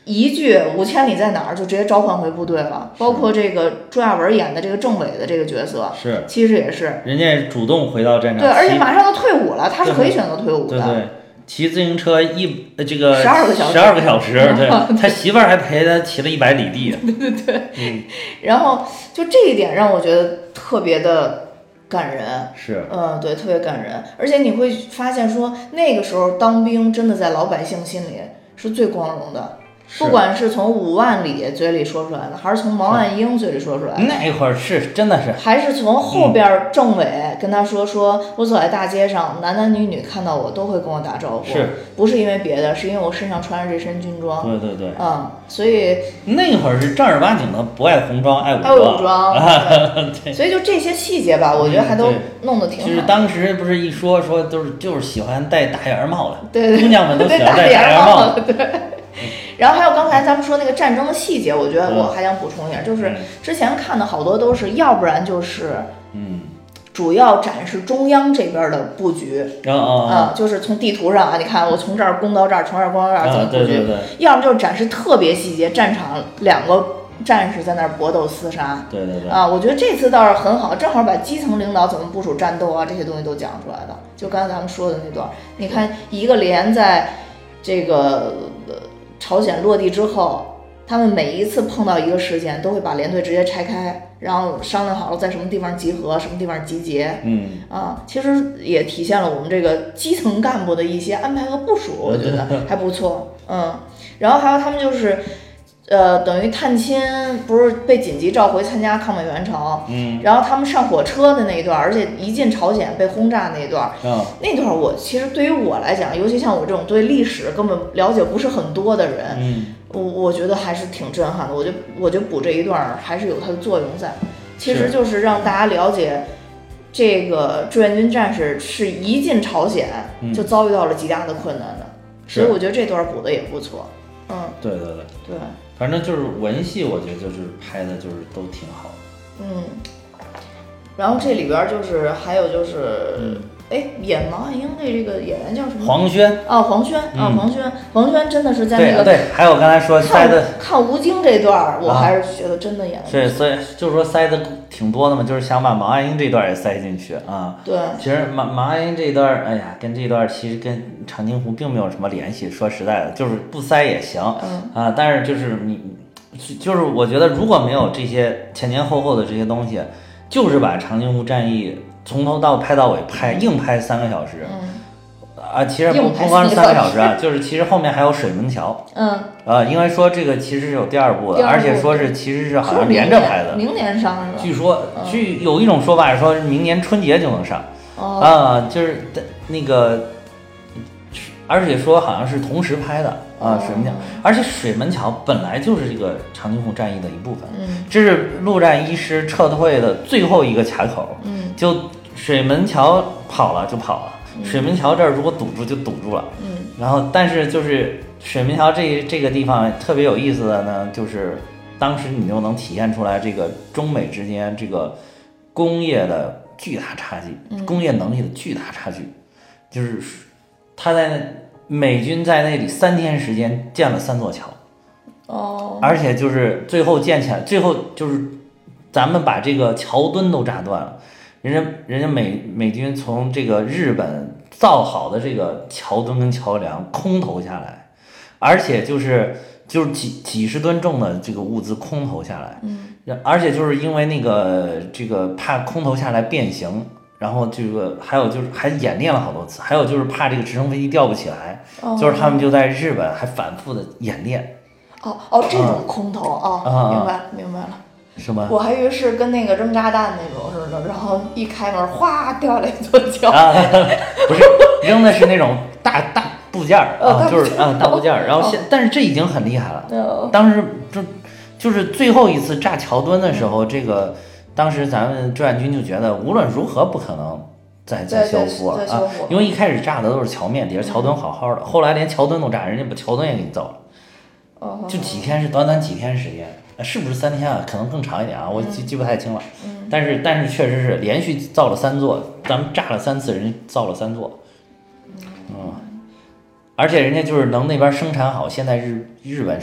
一句五千里在哪儿就直接召唤回部队了。包括这个朱亚文演的这个政委的这个角色， 是其实也是人家主动回到战场， 对，而且马上就退伍了，他是可以选择退伍的。 对 对, 对，骑自行车一这个十二个小时， 十二个小时，对，他媳妇儿还陪他骑了一百里地。 对对对， 嗯， 然后就这一点让我觉得特别的感人， 是， 嗯，对，特别感人。而且你会发现说，那个时候当兵真的在老百姓心里是最光荣的。不管是从五万里嘴里说出来的，还是从毛岸英嘴里说出来的， 那会儿是真的是， 还是从后边政委跟他说，说我走在大街上，男男女女看到我都会跟我打招呼， 是不是因为别的，是因为我身上穿着这身军装。 对对对， 嗯，所以那会儿是正儿八经的不爱红装爱武装， 爱武装， 对， 所以就这些细节吧，我觉得还都弄得挺好。 就是当时不是一说说都是就是喜欢戴大檐帽的， 对对， 姑娘们都喜欢戴大檐帽的，对。然后还有刚才咱们说那个战争的细节，我觉得我还想补充一下，就是之前看的好多都是，要不然就是嗯， 主要展示中央这边的布局， 啊啊啊，就是从地图上啊，你看我从这儿攻到这儿，从这儿攻到这儿怎么布局， 对对对， 要么就是展示特别细节，战场两个战士在那儿搏斗厮杀， 对对对， 啊，我觉得这次倒是很好，正好把基层领导怎么部署战斗啊这些东西都讲出来了。就刚才咱们说的那段，你看一个连在这个。朝鲜落地之后，他们每一次碰到一个事件，都会把连队直接拆开，然后商量好了在什么地方集合，什么地方集结。 嗯啊，其实也体现了我们这个基层干部的一些安排和部署，我觉得还不错。嗯，然后还有他们就是，呃，等于探亲不是被紧急召回参加抗美援朝， 嗯， 然后他们上火车的那一段，而且一进朝鲜被轰炸那一段， 嗯， 那段我其实对于我来讲，尤其像我这种对历史根本了解不是很多的人， 嗯， 我我觉得还是挺震撼的。我就我就补这一段还是有它的作用在，其实就是让大家了解。这个志愿军战士是一进朝鲜就遭遇到了极大的困难的，嗯、所以我觉得这段补的也不错。嗯， 对对对对， 反正就是文戏，我觉得就是拍的就是都挺好。 嗯，然后这里边就是还有就是，哎、嗯，演毛岸英的这个演员叫什么？ 黄轩。 哦，黄轩啊、嗯，黄轩，黄轩真的是在那个对对，还有刚才说塞的看吴京这段，我还是觉得真的演的。 对，所以就是说塞的挺多的嘛，就是想把毛岸英这段也塞进去啊。 对， 其实毛毛岸英这一段，哎呀，跟这段其实跟长津湖并没有什么联系。说实在的，就是不塞也行， 嗯啊，但是就是你，就是我觉得如果没有这些前前后后的这些东西，就是把长津湖战役从头到拍到尾拍，硬拍三个小时。 嗯。 啊，其实不不光是三个小时啊，就是其实后面还有水门桥。 嗯。 呃，因为说这个其实是有第二部的， 部而且说是其实是好像连着拍的。 明年上是吧？ 据说， 嗯、 据有一种说法是说明年春节就能上。 哦。 啊，就是那个，而且说好像是同时拍的啊，水门桥，而且水门桥本来就是这个长津湖战役的一部分。 嗯。 这是陆战一师撤退的最后一个卡口。 嗯。 就水门桥跑了就跑了。水门桥这儿如果堵住就堵住了， 嗯， 然后但是就是水门桥这这个地方特别有意思的呢，就是当时你就能体现出来这个中美之间这个工业的巨大差距， 嗯、 工业能力的巨大差距，就是他在美军在那里三天时间建了三座桥， 哦， 而且就是最后建起来，最后就是咱们把这个桥墩都炸断了。人家人家美美军从这个日本造好的这个桥墩跟桥梁空投下来，而且就是就是几几十吨重的这个物资空投下来， 嗯， 而且就是因为那个这个怕空投下来变形，然后这个还有就是还演练了好多次，还有就是怕这个直升飞机吊不起来， 哦、 就是他们就在日本还反复的演练。 哦哦，这种空投啊、 嗯哦，明白明白了。 是吗？ 我还以为是跟那个扔炸弹那种似的，然后一开门，哗掉了一座桥。 啊，不是，扔的是那种大大部件儿、 哦、 啊，就是啊大部件儿。然后现、哦，但是这已经很厉害了。 哦、 当时就就是最后一次炸桥墩的时候，嗯、这个当时咱们志愿军就觉得无论如何不可能再再修复了啊，因为一开始炸的都是桥面，底下桥墩好好的，嗯、后来连桥墩都炸，人家把桥墩也给你揍了。 哦， 就几天是短短几天时间。是不是三天啊？可能更长一点啊，我记记不太清了。 嗯， 但是但是确实是连续造了三座，咱们炸了三次，人家造了三座。嗯，而且人家就是能那边生产好，现在日日本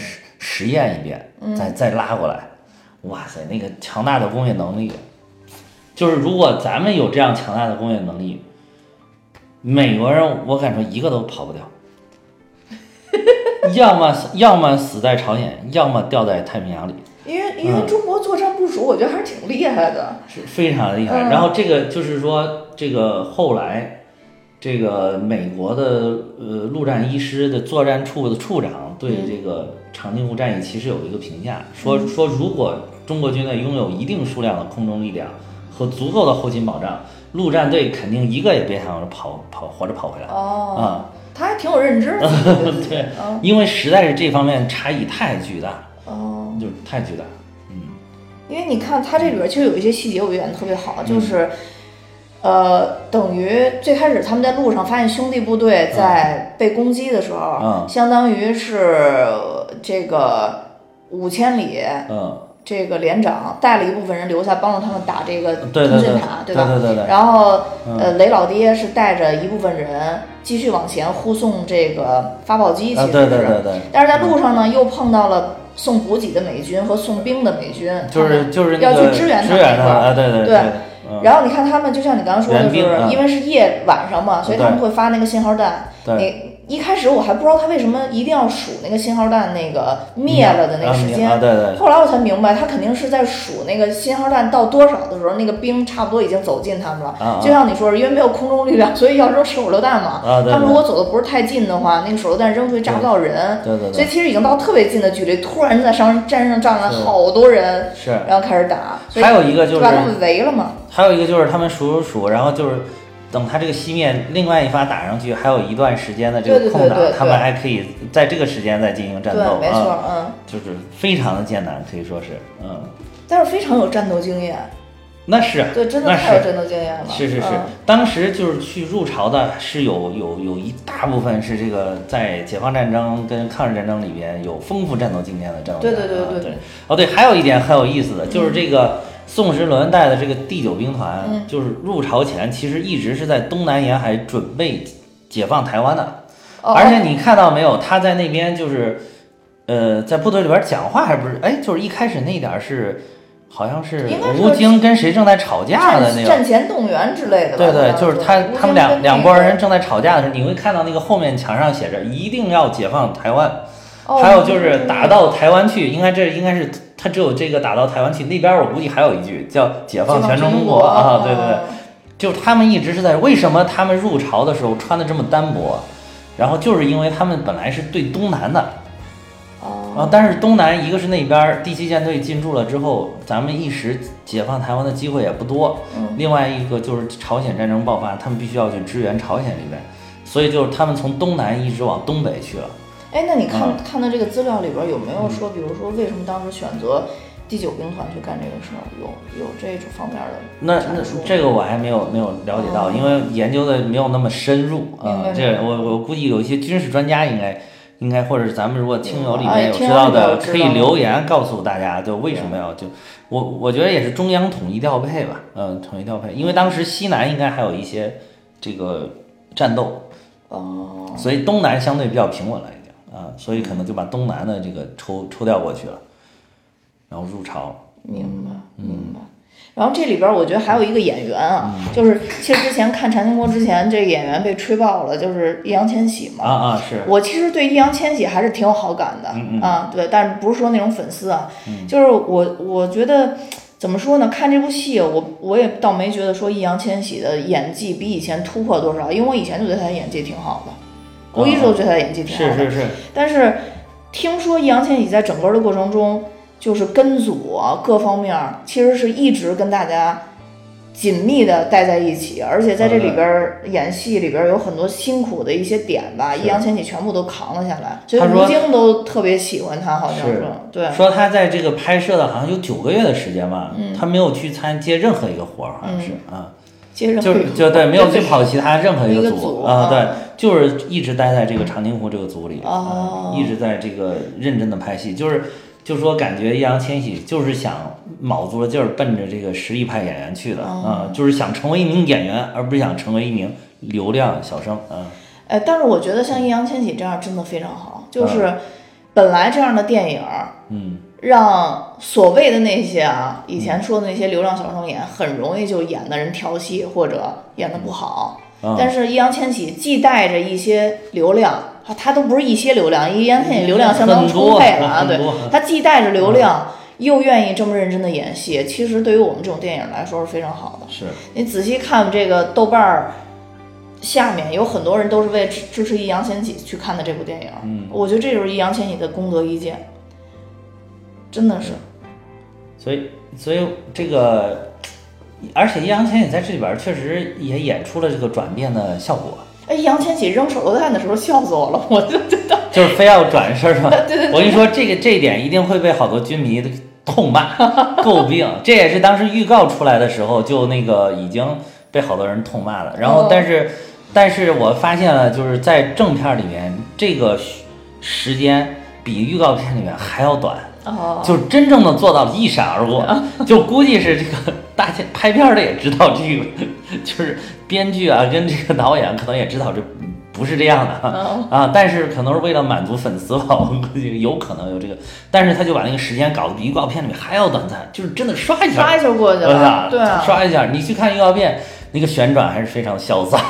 实验一遍，再再拉过来，哇塞，那个强大的工业能力，就是如果咱们有这样强大的工业能力，美国人我敢说一个都跑不掉，要么要么死在朝鲜，要么掉在太平洋里。 因为因为中国作战部署，我觉得还是挺厉害的， 是非常厉害。 嗯、 然后这个就是说，这个后来，这个美国的呃陆战一师的作战处的处长对这个长津湖战役其实有一个评价，嗯、说说如果中国军队拥有一定数量的空中力量和足够的后勤保障，陆战队肯定一个也别想着跑跑活着跑回来。 哦， 啊、 嗯，他还挺有认知的。 对， 嗯、 因为实在是这方面差异太巨大。 哦， 就是太巨大。嗯， 因为你看它这里边其实有一些细节，我觉得特别好，就是。呃，等于最开始他们在路上发现兄弟部队在被攻击的时候， 嗯、 相当于是这个五千里， 嗯， 这个连长带了一部分人留下，帮助他们打这个通讯塔， 对吧？ 对对对。 然后， 嗯、 呃，雷老爹是带着一部分人继续往前护送这个发报机，其实是， 啊、对对对对。 但是在路上呢，又碰到了送补给的美军和送兵的美军， 就是就是要去支援他们那块儿， 啊，对对对。然后你看他们，就像你刚刚说的，就是因为是夜晚上嘛，所以他们会发那个信号弹。你一开始我还不知道他为什么一定要数那个信号弹那个灭了的那个时间， 啊、对对。 后来我才明白，他肯定是在数那个信号弹到多少的时候，那个兵差不多已经走近他们了。 啊、 就像你说的，因为没有空中力量，所以要扔手榴弹嘛。 啊、对对。 他们如果走的不是太近的话，那个手榴弹扔出去炸不到人。 对对对。 所以其实已经到特别近的距离，突然在上站上站了好多人， 是， 然后开始打。 还有一个就是把他们围了嘛。 还有一个就是他们数数数，然后就是等他这个熄灭，另外一发打上去，还有一段时间的这个空档，他们还可以在这个时间再进行战斗。 对，没错，嗯， 就是非常的艰难，可以说是，嗯， 但是非常有战斗经验。 那是， 对，真的太有战斗经验了。 是是是， 嗯、 当时就是去入朝的，是有有有一大部分是这个在解放战争跟抗日战争里边有丰富战斗经验的战斗员。 对对对对对。哦对，还有一点很有意思的，就是这个。嗯宋时轮带的这个第九兵团， 嗯、 就是入朝前其实一直是在东南沿海准备解放台湾的， 哦、 而且你看到没有，他在那边就是，呃，在部队里边讲话还不是，哎，就是一开始那点是，好像是吴京跟谁正在吵架的那个战前动员之类的吧。 对对，就是他他们两两拨人正在吵架的时候，你会看到那个后面墙上写着一定要解放台湾， 哦、 还有就是打到台湾去，应该这应该是。他只有这个打到台湾去，那边我估计还有一句叫解放全中国啊，对对对，就他们一直是在为什么他们入朝的时候穿的这么单薄，然后就是因为他们本来是对东南的， 哦， 啊，但是东南一个是那边第七舰队进驻了之后，咱们一时解放台湾的机会也不多， 嗯， 另外一个就是朝鲜战争爆发，他们必须要去支援朝鲜那边，所以就是他们从东南一直往东北去了。 哎，那你看、 嗯、 看到这个资料里边有没有说，比如说为什么当时选择第九兵团去干这个事儿？有有这种方面的？ 那那这个我还没有没有了解到，哦、因为研究的没有那么深入啊、呃。这我我估计有一些军事专家应该应该，或者是咱们如果听友里面有知道的，可以留言告诉大家，就为什么要就我我觉得也是中央统一调配吧，嗯、呃，统一调配，因为当时西南应该还有一些这个战斗， 哦， 所以东南相对比较平稳了。啊，所以可能就把东南的这个抽抽调过去了，然后入朝。 明白，明白。然后这里边我觉得还有一个演员啊，嗯、就是其实之前看《长津湖》之前，这个演员被吹爆了，就是易烊千玺嘛。 啊啊是。 我其实对易烊千玺还是挺有好感的， 嗯嗯啊，对，但是不是说那种粉丝啊， 嗯、 就是我我觉得怎么说呢？看这部戏，我我也倒没觉得说易烊千玺的演技比以前突破多少，因为我以前就觉得他的演技挺好的。我一直都觉得他的演技挺好的， 是是是。 但是听说易烊千玺在整个的过程中，就是跟组啊各方面，其实是一直跟大家紧密的待在一起，而且在这里边演戏里边有很多辛苦的一些点吧，易烊千玺全部都扛了下来，所以吴京都特别喜欢他，好像是对。 说他在这个拍摄的好像有九个月的时间吧， 嗯、 他没有去参接任何一个活儿，好像是啊。 嗯就就对，没有去跑其他任何一个组, 组啊，对，就是一直待在这个长津湖这个组里， 哦、 啊，一直在这个认真的拍戏，就是就说感觉易烊千玺就是想卯足了劲儿奔着这个实力派演员去的， 哦、 啊，就是想成为一名演员，而不是想成为一名流量小生，啊， 哎，但是我觉得像易烊千玺这样真的非常好，就是。嗯本来这样的电影， 嗯， 让所谓的那些啊，以前说的那些流量小生演，很容易就演的人跳戏或者演的不好。 嗯、 但是易烊千玺既带着一些流量，他他都不是一些流量，易烊千玺流量相当充沛了啊，对，他既带着流量。嗯，又愿意这么认真的演戏，其实对于我们这种电影来说是非常好的。 是你仔细看这个豆瓣儿下面有很多人都是为支持易烊千玺去看的这部电影， 嗯， 我觉得这就是易烊千玺的功德一件，真的是。 所以，所以这个，而且易烊千玺在这里边确实也演出了这个转变的效果。 哎，易烊千玺扔手榴弹的时候笑死我了，我就觉得就是非要转事儿是吧？ 对对对， 我跟你说，这个这一点一定会被好多军迷痛骂、诟病。这也是当时预告出来的时候就那个已经被好多人痛骂了。然后，但是，哦、但是我发现了，就是在正片里面，这个时间比预告片里面还要短。 哦， 就真正的做到了一闪而过，就估计是这个大家拍片的也知道这个，就是编剧啊跟这个导演可能也知道这不是这样的啊，啊但是可能是为了满足粉丝吧，我估计有可能有这个，但是他就把那个时间搞得比预告片里面还要短暂，就是真的刷一下刷一下过去了，对啊， 刷一下，你去看预告片那个旋转还是非常潇洒。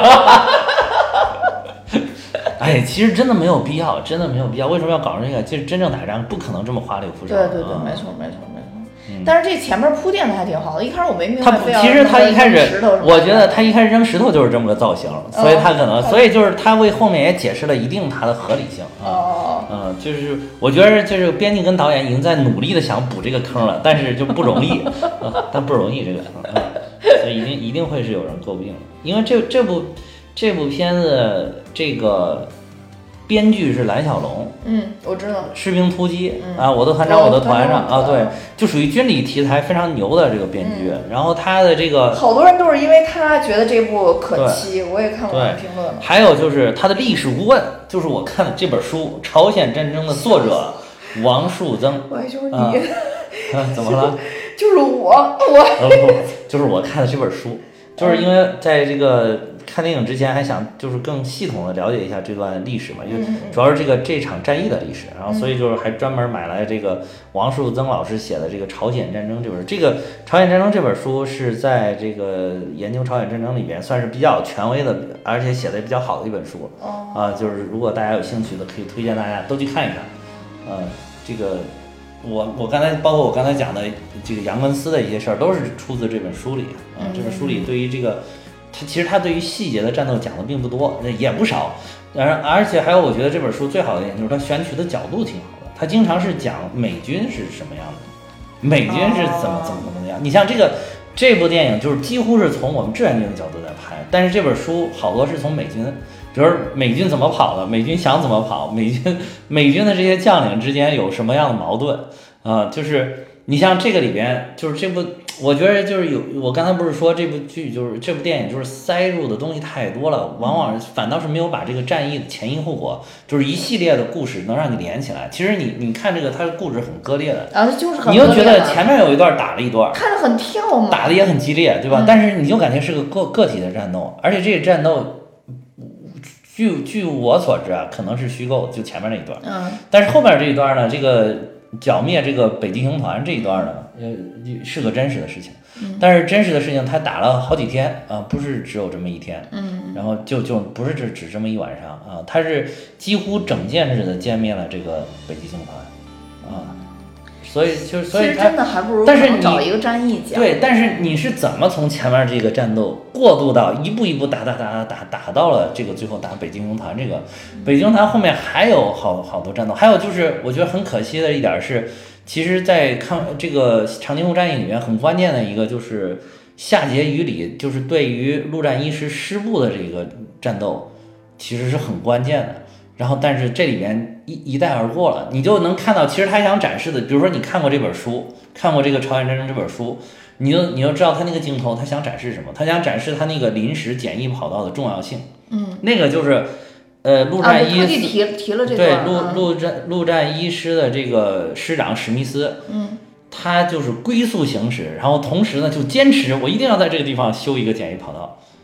哎，其实真的没有必要，真的没有必要。为什么要搞成这个？其实真正打仗不可能这么花里胡哨。 对对对，没错没错没错。嗯、但是这前面铺垫的还挺好的。一开始我没明白， 他其实他一开始，我觉得他一开始扔石头就是这么个造型，哦、所以他可能，所以就是他为后面也解释了一定他的合理性啊。 哦。 嗯，就是我觉得就是编辑跟导演已经在努力的想补这个坑了，但是就不容易，啊、但不容易这个坑、啊，所以一定一定会是有人诟病，因为这这部。这部片子这个编剧是蓝小龙， 嗯，我知道， 士兵突击、 嗯、 啊，我的团长，我的团长啊，对，就属于军旅题材非常牛的这个编剧。嗯、然后他的这个好多人都是因为他觉得这部可期，我也看过评论。 还有就是他的历史顾问，就是我看的这本书《朝鲜战争》的作者王树增。 我也就是你、 啊啊，怎么了？ 就是我，我、 哦、不，就是我看的这本书，就是因为在这个。看电影之前还想就是更系统的了解一下这段历史嘛，因为主要是这个这场战役的历史，然后所以就是还专门买来这个王树增老师写的这个朝鲜战争这本，这个朝鲜战争这本书是在这个研究朝鲜战争里边算是比较权威的，而且写的也比较好的一本书啊，就是如果大家有兴趣的，可以推荐大家都去看一看。嗯，这个我我刚才包括我刚才讲的这个杨根思的一些事儿，都是出自这本书里啊。这本书里对于这个。他其实他对于细节的战斗讲的并不多，也不少，而而且还有我觉得这本书最好的一点就是他选取的角度挺好的，他经常是讲美军是什么样的，美军是怎么怎么怎么样。你像这个这部电影就是几乎是从我们志愿军的角度在拍，但是这本书好多是从美军，比如美军怎么跑的，美军想怎么跑，美军美军的这些将领之间有什么样的矛盾啊、呃，就是你像这个里边就是这部。我觉得就是有，我刚才不是说这部剧就是这部电影就是塞入的东西太多了，往往反倒是没有把这个战役的前因后果，就是一系列的故事能让你连起来。其实你你看这个，它的故事很割裂的， 啊，就是很你又觉得前面有一段打了一段， 看着很跳嘛， 打的也很激烈，对吧？嗯、但是你就感觉是个个个体的战斗，而且这个战斗，据据我所知啊，可能是虚构，就前面那一段， 嗯， 但是后面这一段呢，这个。剿灭这个北极星团这一段呢，呃，是个真实的事情， 嗯、 但是真实的事情他打了好几天啊、呃，不是只有这么一天， 嗯， 然后就就不是只只这么一晚上啊，他是几乎整件式的歼灭了这个北极星团啊，所以就所以其实真的还不如但是你找一个战役讲， 对，但是你是怎么从前面这个战斗过渡到一步一步打打打打打打到了这个最后打北极星团这个？北极星团后面还有好好多战斗，还有就是我觉得很可惜的一点是，其实，在抗这个长津湖战役里面很关键的一个就是夏桀于里，就是对于陆战一师师部的这个战斗，其实是很关键的。然后，但是这里面一一带而过了，你就能看到，其实他想展示的，比如说你看过这本书，看过这个《朝鲜战争》这本书，你就你就知道他那个镜头，他想展示什么？他想展示他那个临时简易跑道的重要性。 嗯， 那个就是，呃，陆战一、 啊、提提了这对陆陆战陆战一师的这个师长史密斯， 嗯， 他就是龟速行驶，然后同时呢就坚持我一定要在这个地方修一个简易跑道。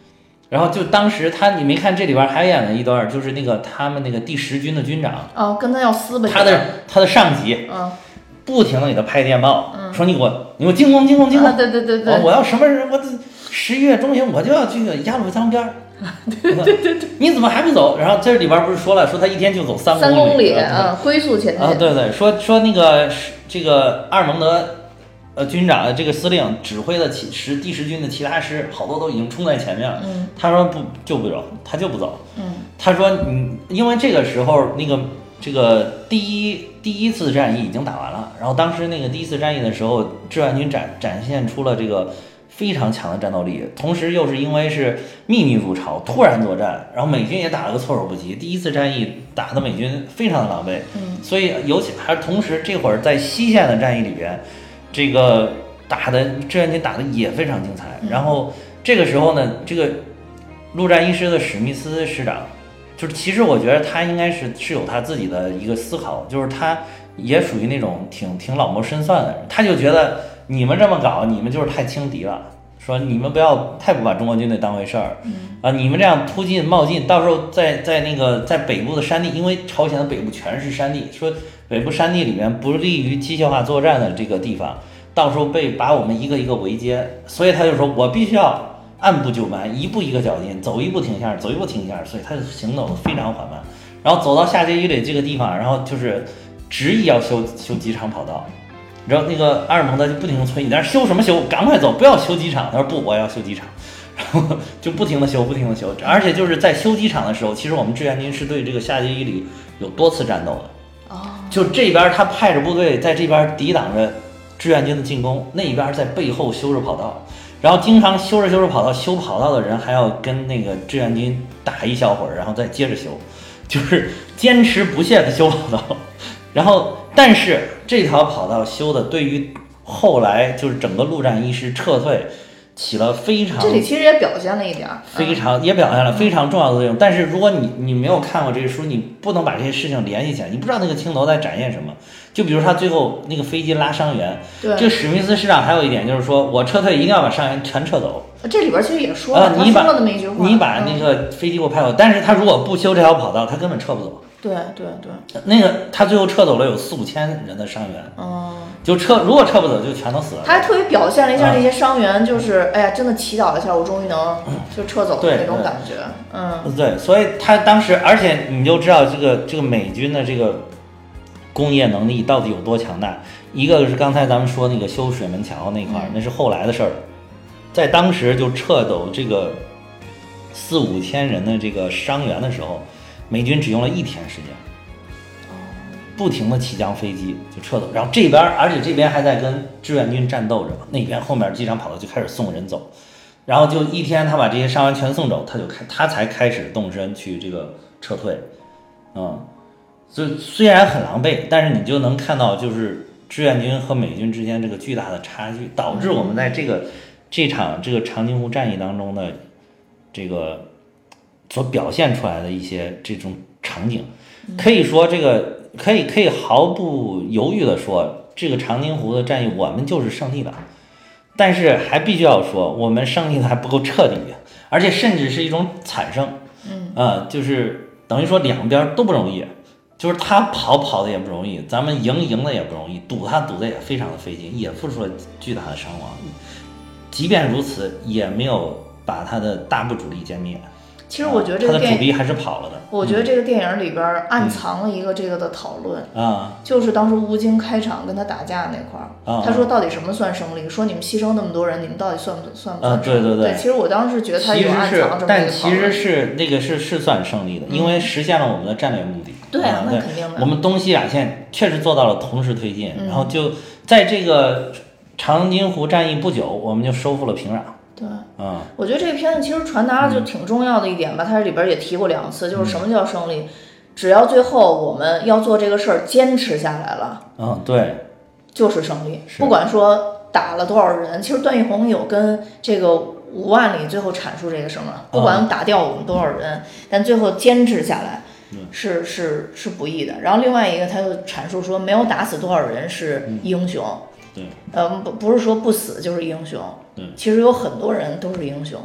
然后就当时他，你没看这里边还演了一段，就是那个他们那个第十军的军长， 哦，跟他要撕吧， 他的他的上级， 嗯， 不停的给他拍电报， 嗯， 说你给我你给我进攻进攻进攻， 啊，对对对对， 我我要什么人，我十一月中旬我就要去鸭绿江边儿， 对对对对， 你怎么还不走？然后这里边不是说了，说他一天就走三三公里， 啊， 龟速前进啊，对对，说说那个这个阿尔蒙德。呃，军长这个司令指挥的其十第十军的其他师，好多都已经冲在前面了。 嗯， 他说不就不走，他就不走。 嗯， 他说你因为这个时候那个这个第一第一次战役已经打完了，然后当时那个第一次战役的时候，志愿军展展现出了这个非常强的战斗力，同时又是因为是秘密入朝，突然作战，然后美军也打了个措手不及。第一次战役打的美军非常的狼狈， 嗯， 所以尤其还同时这会儿在西线的战役里边。这个打的志愿军打的也非常精彩，然后这个时候呢，这个陆战一师的史密斯师长，就是其实我觉得他应该是是有他自己的一个思考，就是他也属于那种挺挺老谋深算的人，他就觉得你们这么搞，你们就是太轻敌了，说你们不要太不把中国军队当回事儿，啊，你们这样突进冒进，到时候在在那个在北部的山地，因为朝鲜的北部全是山地，说。北部山地里面不利于机械化作战的这个地方，到时候被把我们一个一个围歼，所以他就说我必须要按部就班，一步一个脚印，走一步停一下，走一步停一下，所以他的行走非常缓慢。然后走到下碣以里这个地方，然后就是执意要修修机场跑道，然后那个阿尔蒙德就不停的催你，但是修什么修？赶快走，不要修机场。他说不，我要修机场。然后就不停的修，不停的修，而且就是在修机场的时候，其实我们志愿军是对这个下碣以里有多次战斗的。就这边他派着部队在这边抵挡着志愿军的进攻，那边在背后修着跑道，然后经常修着修着跑道，修跑道的人还要跟那个志愿军打一小会儿，然后再接着修，就是坚持不懈的修跑道。然后，但是这条跑道修的对于后来就是整个陆战一师撤退起了非常， 这里其实也表现了一点， 非常、嗯、也表现了非常重要的作用。但是如果你你没有看过这个书，你不能把这些事情联系起来，你不知道那个镜头在展现什么。就比如他最后那个飞机拉伤员， 对， 这史密斯师长还有一点就是说，我撤退一定要把伤员全撤走。 这里边其实也说了， 呃、你把他说了那么一句话， 你把那个飞机给我派走、嗯，但是他如果不修这条跑道，他根本撤不走。 对对对， 那个他最后撤走了有四五千人的伤员， 嗯， 就撤如果撤不走就全都死了。 他还特别表现了一下那些伤员，就是、嗯、哎呀，真的祈祷一下，我终于能就撤走的那种感觉，嗯， 对，所以他当时，而且你就知道这个这个美军的这个工业能力到底有多强大。一个是刚才咱们说那个修水门桥那块、嗯，那是后来的事儿，在当时就撤走这个四五千人的这个伤员的时候。美军只用了一天时间，不停的起降飞机就撤走，然后这边而且这边还在跟志愿军战斗着，那边后面机场跑道就开始送人走，然后就一天他把这些伤员全送走，他就开他才开始动身去这个撤退，嗯，所以虽然很狼狈，但是你就能看到就是志愿军和美军之间这个巨大的差距，导致我们在这个这场这个长津湖战役当中的这个。所表现出来的一些这种场景，可以说这个可以可以毫不犹豫的说，这个长津湖的战役我们就是胜利了。但是还必须要说，我们胜利的还不够彻底，而且甚至是一种惨胜。 嗯， 呃，就是等于说两边都不容易，就是他跑跑的也不容易，咱们赢赢的也不容易，赌他赌的也非常的费劲，也付出了巨大的伤亡。即便如此，也没有把他的大部主力歼灭。 其实我觉得这个电影、 他的主力还是跑了的。 我觉得这个电影里边暗藏了一个这个的讨论啊、嗯， 就是当时吴京开场跟他打架那块儿、 嗯， 他说到底什么算胜利？说你们牺牲那么多人，你们到底算不算不算胜利？啊、嗯，对对对。其实我当时觉得他有暗藏这么一个， 但其实是那个是是算胜利的、嗯，因为实现了我们的战略目的。 对啊， 嗯、 那肯定的。 我们东西两线确实做到了同时推进， 嗯、 然后就在这个长津湖战役不久，我们就收复了平壤。 对， 嗯， 我觉得这个片子其实传达就挺重要的一点吧，它这里边也提过两次，就是什么叫胜利？只要最后我们要做这个事儿坚持下来了， 嗯，对， 就是胜利。不管说打了多少人，其实段奕宏有跟这个五万里最后阐述这个什么，不管打掉我们多少人，但最后坚持下来是是是不易的。然后另外一个，他又阐述说，没有打死多少人是英雄。 对， 嗯，不不是说不死就是英雄， 对， 其实有很多人都是英雄，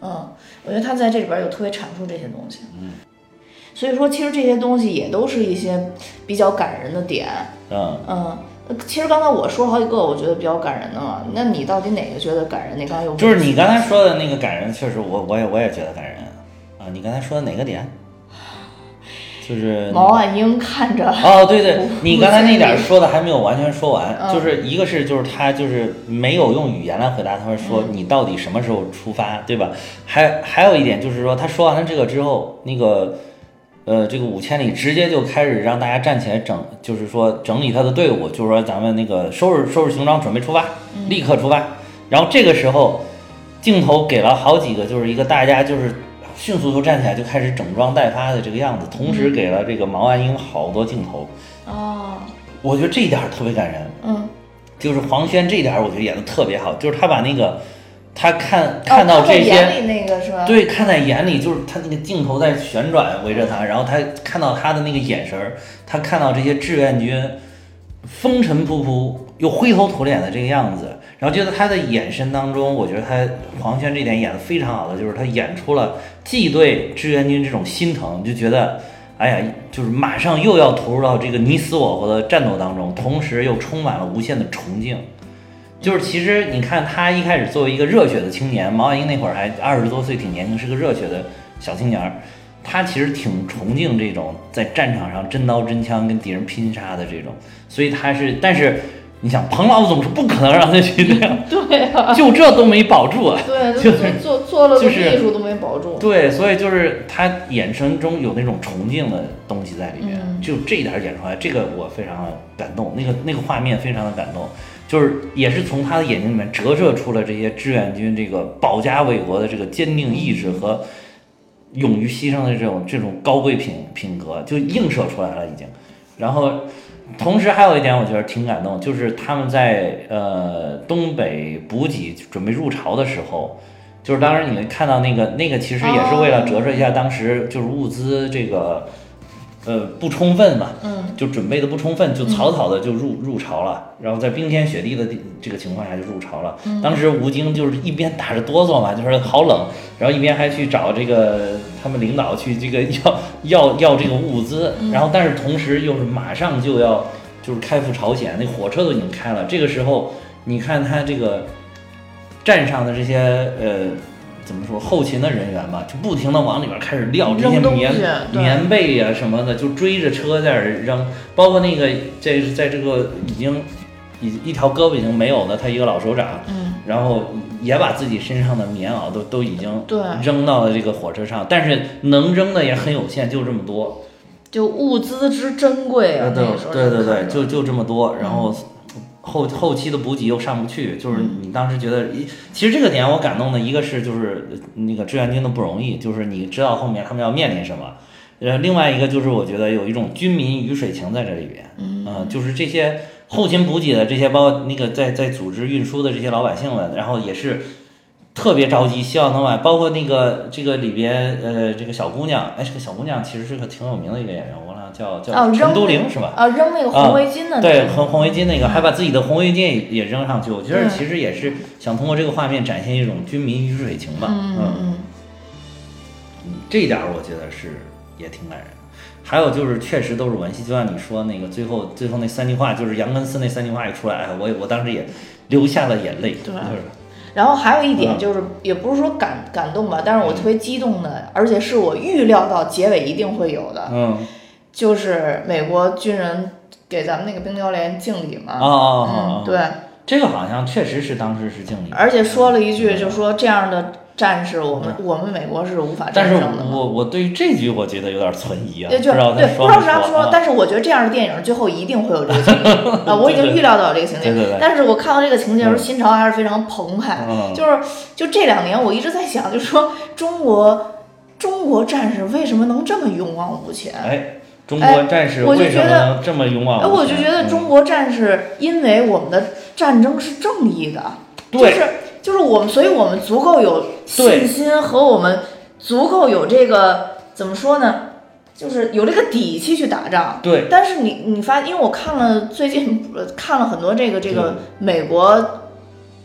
嗯，我觉得他在这里边有特别阐述这些东西。嗯，所以说其实这些东西也都是一些比较感人的点。 嗯嗯。其实刚才我说了好几个，我觉得比较感人的嘛。那你到底哪个觉得感人？你刚才有就是你刚才说的那个感人，确实我我也我也觉得感人啊。你刚才说的哪个点？就是毛岸英看着哦，对对，你刚才那点说的还没有完全说完，嗯、就是一个是就是他就是没有用语言来回答，他说你到底什么时候出发，对吧？还还有一点就是说，他说完了这个之后，那个。呃，这个五千里直接就开始让大家站起来整，就是说整理他的队伍，就是说咱们那个收拾收拾行装，准备出发，立刻出发。然后这个时候，镜头给了好几个，就是一个大家就是迅速就站起来就开始整装待发的这个样子，同时给了这个毛岸英好多镜头。 哦， 我觉得这一点特别感人。 嗯， 就是黄轩这一点，我觉得演的特别好，就是他把那个。他看看到这些， 哦、看在眼里那个是吧？ 对，看在眼里，就是他那个镜头在旋转围着他，然后他看到他的那个眼神儿，他看到这些志愿军风尘仆仆又灰头土脸的这个样子，然后觉得他的眼神当中，我觉得他黄轩这点演得非常好的，就是他演出了既对志愿军这种心疼，就觉得哎呀，就是马上又要投入到这个你死我活的战斗当中，同时又充满了无限的崇敬。就是其实你看他一开始作为一个热血的青年，毛岸英那会儿还二十多岁，挺年轻，是个热血的小青年，他其实挺崇敬这种在战场上真刀真枪跟敌人拼杀的这种，所以他是，但是你想彭老总是不可能让他去那样， 对啊， 就这都没保住啊， 对， 就是做做了个秘书都没保住， 对，所以就是他眼神中有那种崇敬的东西在里面， 嗯、 就这一点演出来，这个我非常的感动，那个那个画面非常的感动。就是也是从他的眼睛里面折射出了这些志愿军这个保家卫国的这个坚定意志和勇于牺牲的这种这种高贵品品格，就映射出来了已经。然后同时还有一点我觉得挺感动，就是他们在呃东北补给准备入朝的时候，就是当时你们看到那个那个其实也是为了折射一下当时就是物资这个。呃，不充分嘛， 嗯， 就准备的不充分，就草草的就入、嗯、入朝了，然后在冰天雪地的这个情况下就入朝了。 嗯、 当时吴京就是一边打着哆嗦嘛，就是好冷，然后一边还去找这个他们领导去这个要要要这个物资， 嗯、 然后但是同时又是马上就要就是开赴朝鲜，那火车都已经开了。这个时候你看他这个站上的这些呃。怎么说后勤的人员吧，就不停的往里边开始撂这些棉棉被呀、啊、什么的，就追着车在这扔，包括那个在在这个已经一一条胳膊已经没有的他一个老首长， 嗯， 然后也把自己身上的棉袄都都已经对扔到了这个火车上，但是能扔的也很有限，就这么多， 就物资之珍贵啊， 对对对对，就就这么多，然后。 嗯后后期的补给又上不去，就是你当时觉得，其实这个点我感动的一个是就是那个志愿军的不容易，就是你知道后面他们要面临什么，呃，另外一个就是我觉得有一种军民鱼水情在这里边， 嗯、 呃，就是这些后勤补给的这些，包括那个在在组织运输的这些老百姓们，然后也是特别着急，希望能把，包括那个这个里边呃这个小姑娘，哎，这个小姑娘其实是个挺有名的一个演员，我。叫叫陈都灵是吧？ 啊，扔那个红围巾的、那个啊，对，红红围巾那个，还把自己的红围巾也也扔上去。我觉得其实也是想通过这个画面展现一种军民鱼水情吧。 嗯嗯嗯，这一点我觉得是也挺感人。还有就是确实都是文戏，就像你说那个最后最后那三句话，就是杨根思那三句话一出来，我我当时也流下了眼泪。 对。 就是然后还有一点就是，也不是说感感动吧，但是我特别激动的，而且是我预料到结尾一定会有的。 嗯。 就是美国军人给咱们那个冰雕连敬礼嘛， 哦哦哦， 对， 这个好像确实是当时是敬礼， 而且说了一句，就说这样的战士，我们、嗯、我们美国是无法战胜的。 但是我我对于这句我觉得有点存疑啊， 对，就不知道对，不知道是他说， 啊、 但是我觉得这样的电影最后一定会有这个情节啊，我已经预料到这个情节， 对对对， 但是我看到这个情节的时候，心潮还是非常澎湃， 嗯、 就是就这两年我一直在想，就是说中国中国战士为什么能这么勇往无前？ 哎。中国战士为什么能这么勇往无前？ 哎，我就觉得中国战士，因为我们的战争是正义的， 对， 就是就是我们，所以我们足够有信心和我们足够有这个怎么说呢？就是有这个底气去打仗。 对。 但是你你发，因为我看了最近看了很多这个这个美国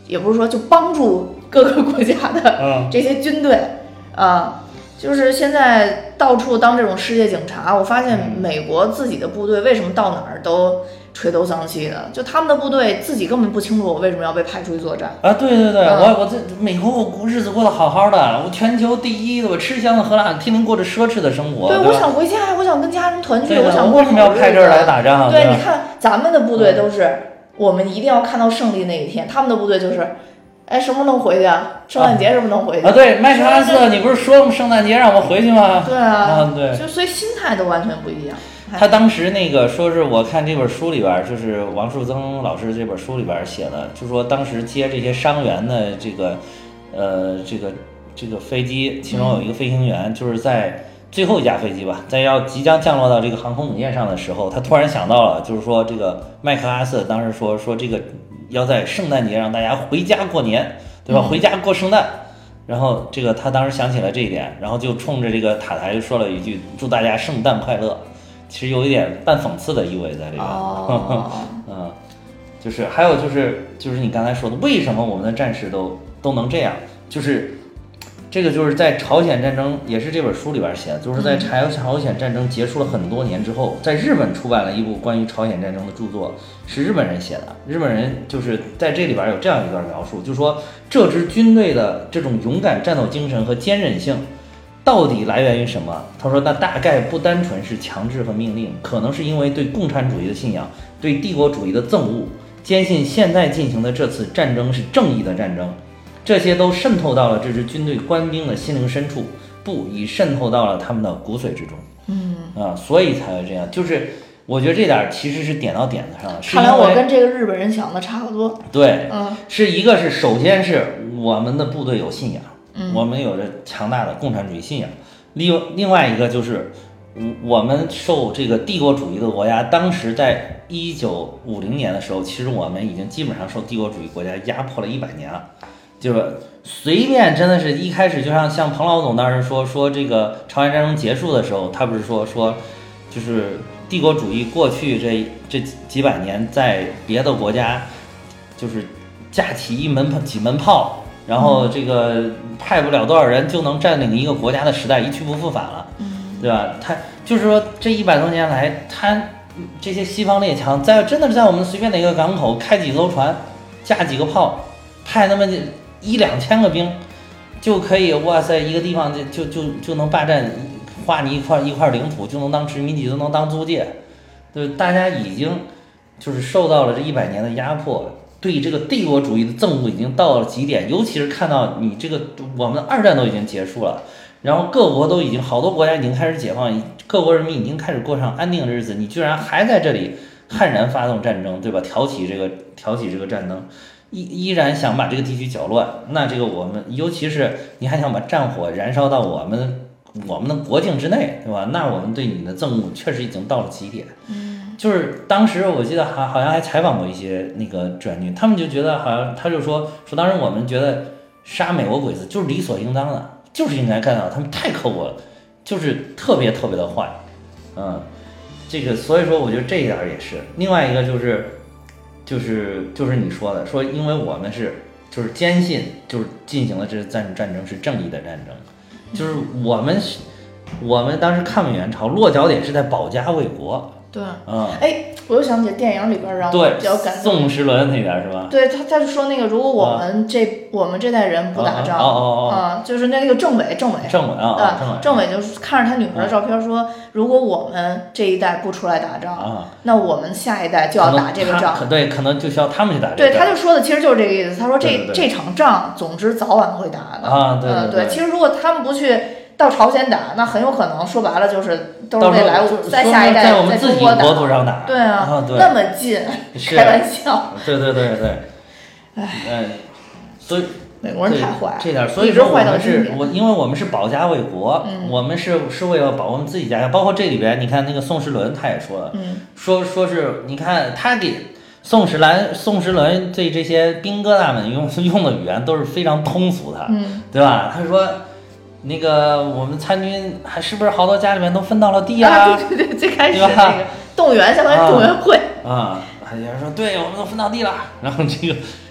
也不是说就帮助各个国家的这些军队啊。就是现在到处当这种世界警察，我发现美国自己的部队为什么到哪儿都垂头丧气的？就他们的部队自己根本不清楚我为什么要被派出去作战啊！对对对， 嗯、 我我在美国我日子过得好好的，我全球第一的，我吃香的喝辣，天天过着奢侈的生活。 对， 对我想回家，我想跟家人团聚， 我想为什么要派这儿来打仗？ 对， 对， 你看咱们的部队都是、嗯、我们一定要看到胜利那一天，他们的部队就是。哎，什么时候能回去啊？圣诞节什么能回去？ 啊，对，麦克阿瑟，你不是说圣诞节让我回去吗？ 对啊， 啊对， 就所以心态都完全不一样。 他当时那个说是我看这本书里边，就是王树增老师这本书里边写的，就说当时接这些伤员的这个，呃，这个这个飞机，其中有一个飞行员，嗯、就是在最后一架飞机吧，在要即将降落到这个航空母舰上的时候，他突然想到了，就是说这个麦克阿瑟当时说说这个。要在圣诞节让大家回家过年，对吧？嗯、回家过圣诞，然后这个他当时想起了这一点，然后就冲着这个塔台就说了一句：“祝大家圣诞快乐。”其实有一点半讽刺的意味在里边。哦、嗯，就是还有就是就是你刚才说的，为什么我们的战士都都能这样？就是这个就是在朝鲜战争，也是这本书里边写的，就是在朝朝鲜战争结束了很多年之后，在日本出版了一部关于朝鲜战争的著作，是日本人写的。日本人就是在这里边有这样一段描述，就说这支军队的这种勇敢战斗精神和坚韧性到底来源于什么？他说那大概不单纯是强制和命令，可能是因为对共产主义的信仰，对帝国主义的憎恶，坚信现在进行的这次战争是正义的战争，这些都渗透到了这支军队官兵的心灵深处，不已渗透到了他们的骨髓之中。嗯啊，所以才会这样。就是我觉得这点其实是点到点子上了。 看来我跟这个日本人想的差不多。 对， 嗯， 是一个是首先是我们的部队有信仰， 嗯， 我们有着强大的共产主义信仰。另另外一个就是我们受这个帝国主义的国家，当时在一九五零年的时候，其实我们已经基本上受帝国主义国家压迫了一百年了。就是随便真的是一开始就像像彭老总当时说说这个朝鲜战争结束的时候，他不是说说就是帝国主义过去这这几百年在别的国家就是架起一门几门炮，然后这个派不了多少人就能占领一个国家的时代一去不复返了，对吧？他就是说这一百多年来，他这些西方列强在真的是在我们随便的一个港口开几艘船，架几个炮，派那么一两千个兵就可以，哇塞，一个地方就就就就能霸占，划你一块一块领土，就能当殖民地，就能当租界。对，大家已经就是受到了这一百年的压迫，对这个帝国主义的憎恶已经到了极点。尤其是看到你这个，我们二战都已经结束了，然后各国都已经好多国家已经开始解放，各国人民已经开始过上安定的日子，你居然还在这里悍然发动战争，对吧？挑起这个挑起这个战争。依依然想把这个地区搅乱，那这个我们，尤其是你还想把战火燃烧到我们我们的国境之内，对吧？那我们对你的憎恶确实已经到了极点。 嗯， 就是当时我记得还好像还采访过一些那个志愿军，他们就觉得好像他就说说当时我们觉得杀美国鬼子就是理所应当的，就是应该干到，他们太刻薄了，就是特别特别的坏。嗯，这个所以说我觉得这一点也是。另外一个就是。就是就是你说的，说因为我们是就是坚信就是进行了这战战争是正义的战争，就是我们我们当时抗美援朝落脚点是在保家卫国。 对， 嗯， 哎，我又想起电影里边让我比较感动， 宋时轮那边是吧？ 对他，他就说那个，如果我们这、啊、我们这代人不打仗， 哦哦哦， 啊，就是那个政委，政委， 政委啊， 啊，政委就是看着他女儿的照片说，啊、如果我们这一代不出来打仗， 啊， 那我们下一代就要打这个仗， 可对，可能就需要他们去打这个仗。对，他就说的其实就是这个意思。他说这对对对这场仗，总之早晚会打的啊，对对对、 嗯。其实如果他们不去到朝鲜打，那很有可能说白了就是都是未来在下一代在我们自己国土上打。 对啊， 啊对那么近，开玩笑。 对对对对， 唉， 嗯，所以美国人太坏了， 这点，所以说我们是我，因为我们是保家卫国， 嗯、 我们是是为了保我们自己家乡。包括这里边，你看那个宋时轮他也说了， 嗯、 说说是你看他给宋时兰、宋时轮对这些兵疙瘩们用用的语言都是非常通俗的， 嗯、 对吧？他说。那个我们参军还是不是好多家里面都分到了地啊？ 啊对对对，最开始那个动员相当于动员会啊，还有人说对，我们都分到地了。然后这个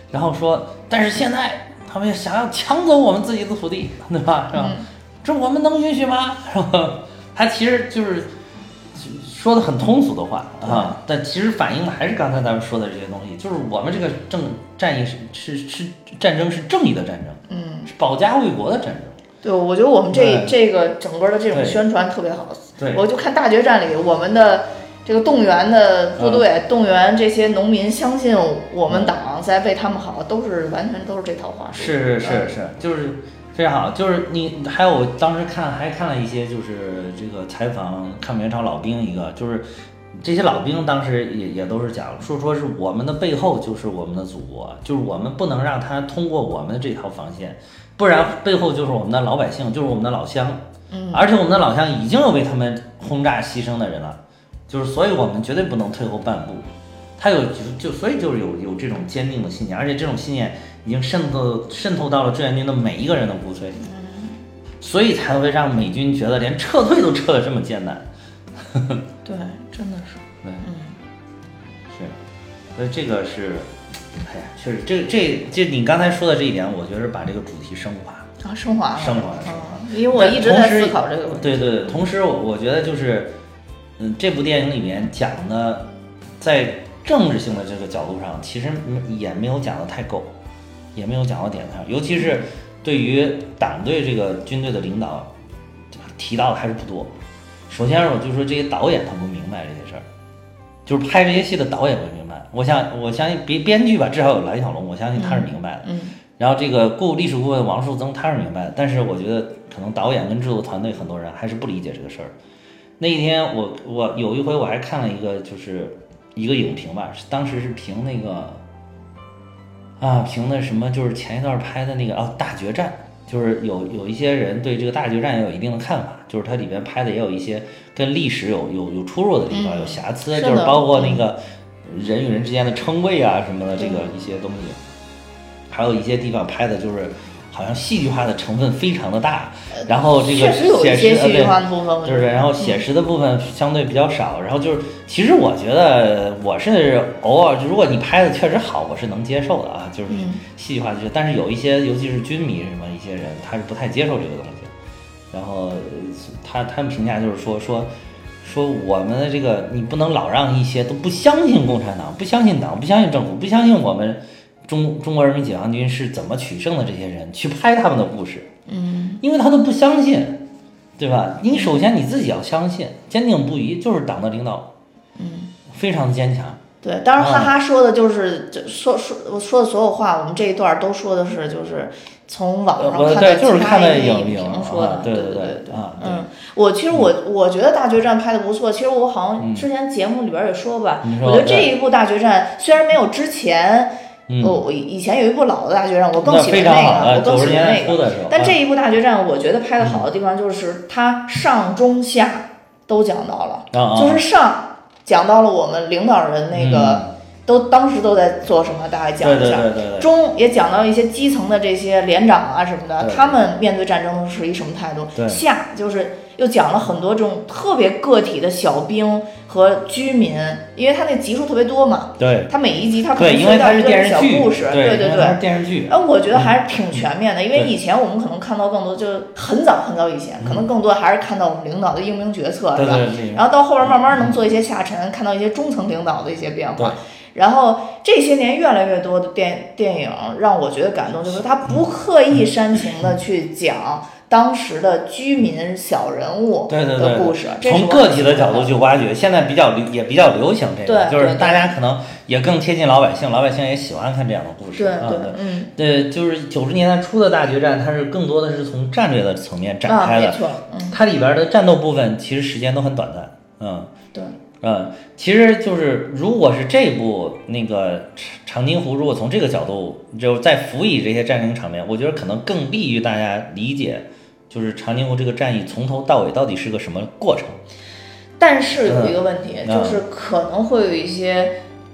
然后说，但是现在他们想要抢走我们自己的土地，对吧？是吧？嗯、这我们能允许吗？是吧？他其实就是说的很通俗的话啊，但其实反映的还是刚才咱们说的这些东西，就是我们这个正战役是是是战争是正义的战争， 嗯， 是保家卫国的战争。 对，我觉得我们这这个整个的这种宣传特别好。 对， 我就看大决战里我们的这个动员的部队，嗯、动员这些农民相信我们党在为他们好，都是完全都是这套话术。 是是是是，嗯、就是非常好。就是你还有我当时看还看了一些，就是这个采访抗美援朝老兵一个，就是这些老兵当时也也都是讲说说是我们的背后就是我们的祖国，就是我们不能让他通过我们的这条防线。不然背后就是我们的老百姓，就是我们的老乡， 嗯， 而且我们的老乡已经有为他们轰炸牺牲的人了，就是所以我们绝对不能退后半步。他有就所以就是有有这种坚定的信念，而且这种信念已经渗透渗透到了志愿军的每一个人的骨髓里， 嗯， 所以才会让美军觉得连撤退都撤得这么艰难。 对，真的是， 对， 嗯， 是，所以这个是。哎呀，确实，这这这你刚才说的这一点，我觉得把这个主题升华啊，升华了， 升华了， 升华。因为我一直在思考这个问题。 对对对，同时我觉得就是，嗯，这部电影里面讲的，在政治性的这个角度上，其实也没有讲的太够，也没有讲到点上，尤其是对于党对这个军队的领导，提到的还是不多。首先，我就说这些导演他不明白这些事儿。就是拍这些戏的导演会明白，我想我相信编编剧吧，至少有蓝小龙，我相信他是明白的。 嗯。 然后这个顾历史顾问王树增他是明白的，但是我觉得可能导演跟制作团队很多人还是不理解这个事儿。那一天我我有一回我还看了一个就是一个影评吧，当时是评那个啊评的什么，就是前一段拍的那个哦大决战。就是有有一些人对这个大决战也有一定的看法，就是它里边拍的也有一些跟历史有有有出入的地方， 嗯、 有瑕疵，就是包括那个人与人之间的称谓啊什么的，这个一些东西，还有一些地方拍的就是好像戏剧化的成分非常的大，然后这个写实戏剧化的部分， 就是然后写实的部分相对比较少，然后就是其实我觉得我是偶尔如果你拍的确实好，我是能接受的啊，就是戏剧化的，但是有一些尤其是军迷什么一些人，他是不太接受这个东西，然后他他们评价就是说说说我们的这个你不能老让一些都不相信共产党、不相信党、不相信政府、不相信我们。中中国人民解放军是怎么取胜的？这些人去拍他们的故事， 嗯， 因为他都不相信，对吧？你首先你自己要相信，坚定不移，就是党的领导， 嗯， 非常坚强。 对，当然哈哈说的就是说说我说的所有话，我们这一段都说的是就是从网上看的其他的影评说的， 对对对对啊， 嗯，我其实我我觉得大决战拍的不错，其实我好像之前节目里边也说吧，我觉得这一部大决战虽然没有之前。 嗯、 我以前有一部老的大决战，我更喜欢那个，我更喜欢那个。但这一部大决战，我觉得拍的好的地方就是它上中下都讲到了， 嗯、 就是上讲到了我们领导人那个、 嗯、 都当时都在做什么，大概讲一下。 对对对对对中也讲到一些基层的这些连长啊什么的，他们面对战争是一什么态度。下就是又讲了很多这种特别个体的小兵和居民，因为他那集数特别多嘛， 对， 他每一集他可能涉及到一个小故事，对对对， 电视剧。 哎，我觉得还是挺全面的，因为以前我们可能看到更多，就很早很早以前，可能更多还是看到我们领导的英明决策， 是吧？ 然后到后边慢慢能做一些下沉，看到一些中层领导的一些变化。然后这些年越来越多的电电影让我觉得感动，就是他不刻意煽情的去讲当时的居民小人物的故事， 对对对，从个体的角度去挖掘。现在比较也比较流行这个，就是大家可能也更贴近老百姓，老百姓也喜欢看这样的故事。 对对对，嗯， 对，就是九十年代初的大决战，它是更多的是从战略的层面展开的， 啊、没错，嗯， 它里边的战斗部分其实时间都很短暂，嗯， 对。 嗯，其实就是如果是这部那个长津湖，如果从这个角度就再辅以这些战争场面，我觉得可能更利于大家理解，就是长津湖这个战役从头到尾到底是个什么过程。 但是有一个问题， 嗯、 就是可能会有一些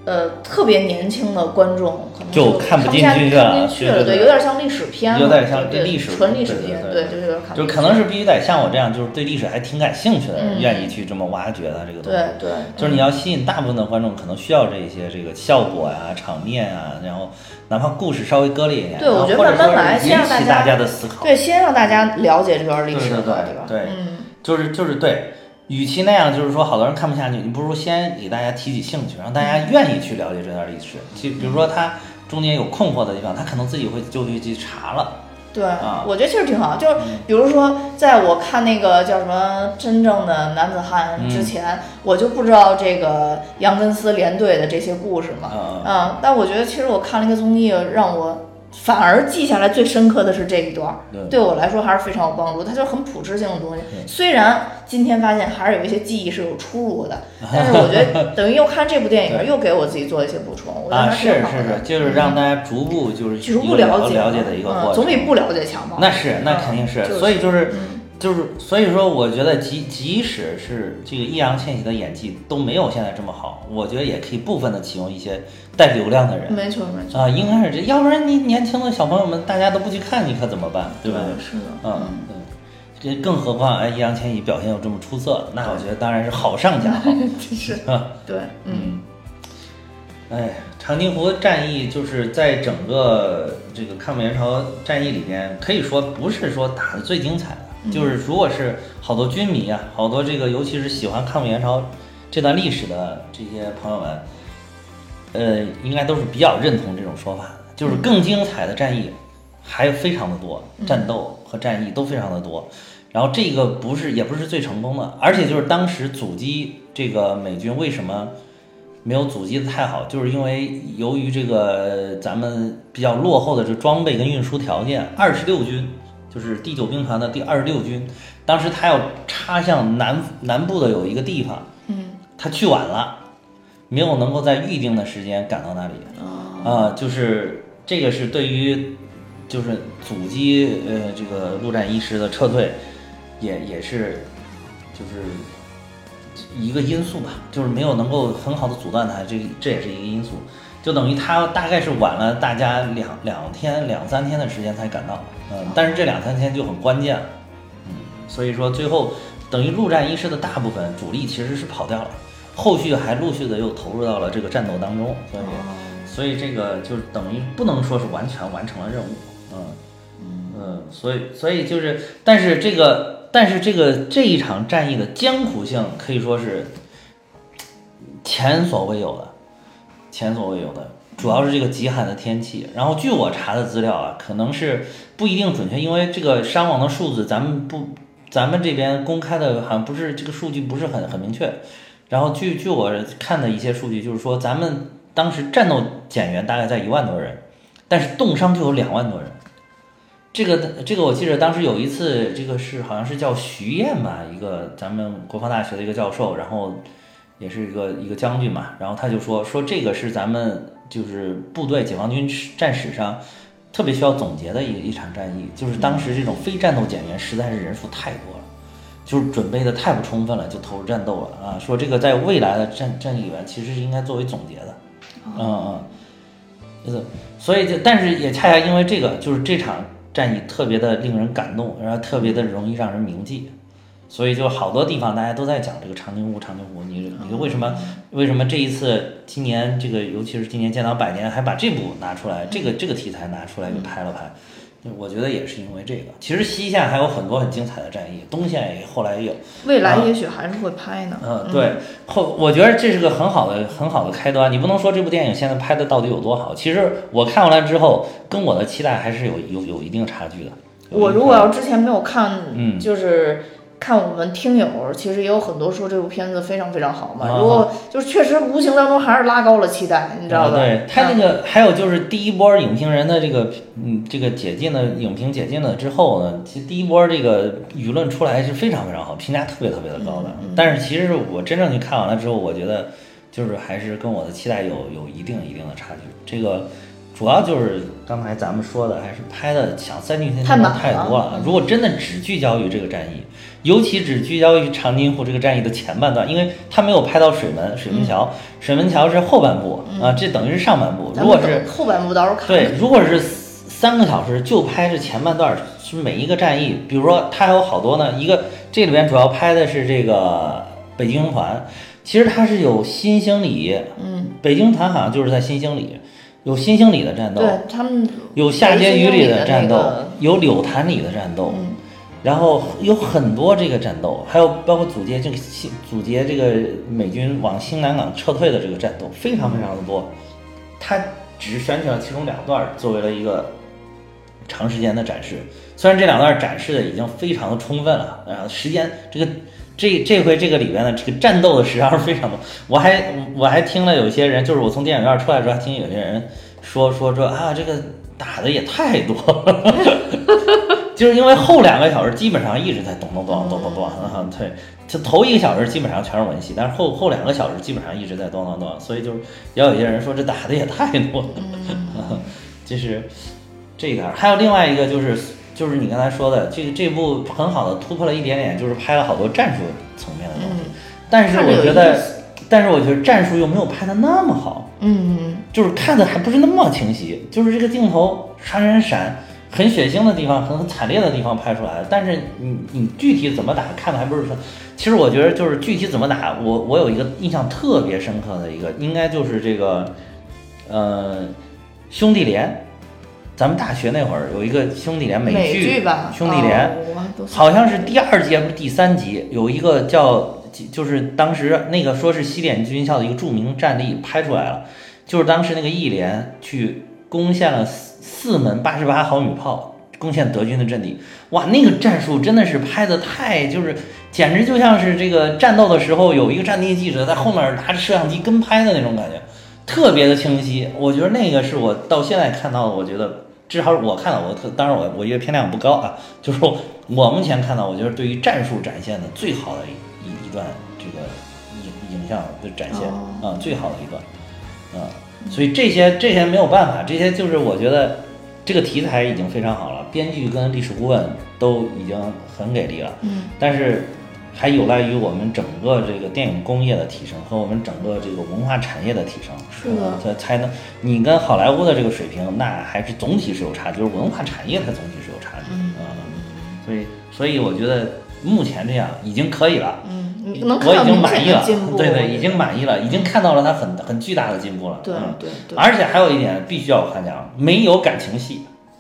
呃，特别年轻的观众可能就看不进去了，看不进去了，对，有点像历史片， 有点像历史纯历史片， 对， 就有点看不进去。 就可能是必须得像我这样，就是对历史还挺感兴趣的人，愿意去这么挖掘它这个东西。 对对， 就是你要吸引大部分的观众，可能需要这些这个效果呀、场面啊，然后哪怕故事稍微割裂一点， 对，我觉得慢慢来，先让大家的思考， 对，先让大家了解这段历史， 对对吧？ 对， 嗯， 就是就是对。与其那样，就是说好多人看不下去，你不如先给大家提起兴趣，让大家愿意去了解这段历史。其比如说他中间有困惑的地方，他可能自己会就去去查了。 对， 啊， 我觉得其实挺好。就是比如说，在我看那个叫什么《真正的男子汉》之前， 嗯、 我就不知道这个杨根思连队的这些故事嘛。 嗯嗯，但我觉得其实我看了一个综艺，让我反而记下来最深刻的是这一段，对我来说还是非常有帮助。它就是很普适性的东西，虽然今天发现还是有一些记忆是有出入的，但是我觉得等于又看这部电影，又给我自己做一些补充。我觉得啊， 是是是是，就是让大家逐步就是逐步了解了解的一个过程， 嗯，总比不了解强嘛。 那是，那肯定是， 嗯、 所以就是。 嗯就是，所以说，我觉得即即使是这个易烊千玺的演技都没有现在这么好，我觉得也可以部分的启用一些带流量的人。 没错没错啊，应该是这，要不然你年轻的小朋友们大家都不去看，你可怎么办？对不对？ 是的， 嗯嗯。这更何况，哎，易烊千玺表现又这么出色，那我觉得当然是好上加好。 是啊， 对，嗯。 哎，长津湖战役就是在整个这个抗美援朝战役里边，可以说不是说打的最精彩的。就是如果是好多军迷啊，好多这个尤其是喜欢抗美援朝这段历史的这些朋友们，呃，应该都是比较认同这种说法的。就是更精彩的战役还非常的多，战斗和战役都非常的多。然后这个不是也不是最成功的，而且就是当时阻击这个美军为什么没有阻击的太好，就是因为由于这个咱们比较落后的这装备跟运输条件，二十六军。就是第九兵团的第二十六军，当时他要插向南南部的有一个地方， 嗯， 他去晚了，没有能够在预定的时间赶到那里，啊、 哦呃，就是这个是对于就是阻击呃这个陆战一师的撤退，也也是就是一个因素吧，就是没有能够很好的阻断它，这这也是一个因素。就等于他大概是晚了大家两两天两三天的时间才赶到，嗯，但是这两三天就很关键了，嗯，所以说最后等于陆战一师的大部分主力其实是跑掉了，后续还陆续的又投入到了这个战斗当中，所以所以这个就等于不能说是完全完成了任务，嗯嗯，所以所以就是，但是这个但是这个这一场战役的艰苦性可以说是前所未有的。前所未有的，主要是这个极寒的天气。然后据我查的资料啊，可能是不一定准确，因为这个伤亡的数字咱们不，咱们这边公开的好像不是这个数据不是很很明确。然后据据我看的一些数据，就是说咱们当时战斗减员大概在一万多人，但是冻伤就有两万多人。这个这个我记得当时有一次，这个是好像是叫徐燕吧，一个咱们国防大学的一个教授，然后。也是一个一个将军嘛，然后他就说说这个是咱们就是部队解放军战史上特别需要总结的一一场战役，就是当时这种非战斗减员实在是人数太多了，就是准备的太不充分了，就投入战斗了啊。说这个在未来的战战役里面其实是应该作为总结的，嗯嗯，就是所以就但是也恰恰因为这个，就是这场战役特别的令人感动，然后特别的容易让人铭记。所以就好多地方大家都在讲这个长津湖，长津湖，你你说为什么为什么这一次今年这个尤其是今年建党百年还把这部拿出来，这个这个题材拿出来给拍了拍，我觉得也是因为这个。其实西线还有很多很精彩的战役，东线也后来也有， 未来也许还是会拍呢。 嗯，对，后我觉得这是个很好的很好的开端。你不能说这部电影现在拍的到底有多好，其实我看完了之后，跟我的期待还是有有有一定差距的。 我如果要之前没有看， 嗯， 就是。看我们听友其实也有很多说这部片子非常非常好嘛， 啊、 如果就是确实无形当中还是拉高了期待，你知道吧？ 啊、对他那个、嗯、还有就是第一波影评人的这个嗯这个解禁的影评解禁了之后呢，其实第一波这个舆论出来是非常非常好，评价特别特别的高的。 嗯嗯、 但是其实我真正去看完了之后，我觉得就是还是跟我的期待有有一定一定的差距。这个主要就是刚才咱们说的，还是拍的抢三句镜头太多了。如果真的只聚焦于这个战役，尤其只聚焦于长津湖这个战役的前半段，因为他没有拍到水门、水门桥，嗯、水门桥是后半部、嗯、啊，这等于是上半部。如果是后半部，到时候看。 对，如果是三个小时就拍这前半段，是每一个战役，比如说它还有好多呢。一个这里边主要拍的是这个北京团，其实它是有新兴里， 嗯， 北京团好像就是在新兴里。有新兴里的战斗， 对他们有下碣隅里的战斗， 那个、 有柳潭里的战斗、 嗯， 然后有很多这个战斗，还有包括阻截这个阻截这个美军往新南港撤退的这个战斗，非常非常的多。他只是选取了其中两段作为了一个长时间的展示，虽然这两段展示的已经非常的充分了，然后时间这个。这这回这个里边的这个战斗的时长是非常多，我还我还听了有些人，就是我从电影院出来之后，还听有些人说说说啊，这个打的也太多了，就是因为后两个小时基本上一直在咚咚咚咚咚咚啊，对，就头一个小时基本上全是文戏，但是后后两个小时基本上一直在咚咚咚，所以就是也有一些人说这打的也太多了，就是这一点，还有另外一个就是。就是你刚才说的，这个这部很好的突破了一点点，就是拍了好多战术层面的东西。嗯、但是我觉得，但是我觉得战术又没有拍的那么好。 嗯， 就是看的还不是那么清晰，就是这个镜头闪闪闪，很血腥的地方，很很惨烈的地方拍出来。但是你你具体怎么打，看的还不是说。其实我觉得就是具体怎么打，我我有一个印象特别深刻的一个，应该就是这个，呃，兄弟连。咱们大学那会儿有一个兄弟连美剧， 美剧吧， 兄弟连、 哦、 好像是第二集还是第三集，有一个叫就是当时那个说是西点军校的一个著名战例拍出来了，就是当时那个义连去攻陷了四门八十八毫米炮，攻陷德军的阵地。哇，那个战术真的是拍的太就是简直就像是这个战斗的时候有一个战地记者在后面拿着摄像机跟拍的那种感觉，特别的清晰。我觉得那个是我到现在看到的，我觉得。至少我看到我特，当然我我觉得偏量不高啊，就是说我目前看到，我觉得对于战术展现的最好的一一段这个影影像的展现啊、 哦嗯，最好的一段啊、嗯，所以这些这些没有办法，这些就是我觉得这个题材已经非常好了，编剧跟历史顾问都已经很给力了， 嗯， 但是还有赖于我们整个这个电影工业的提升和我们整个这个文化产业的提升， 是的， 才才能你跟好莱坞的这个水平，那还是总体是有差距，就是文化产业它总体是有差距， 嗯， 嗯所以所以我觉得目前这样已经可以了， 嗯， 我已经满意了，对对， 已经满意了，已经看到了它很很巨大的进步了， 对嗯、 对对， 而且还有一点必须要夸奖，没有感情戏，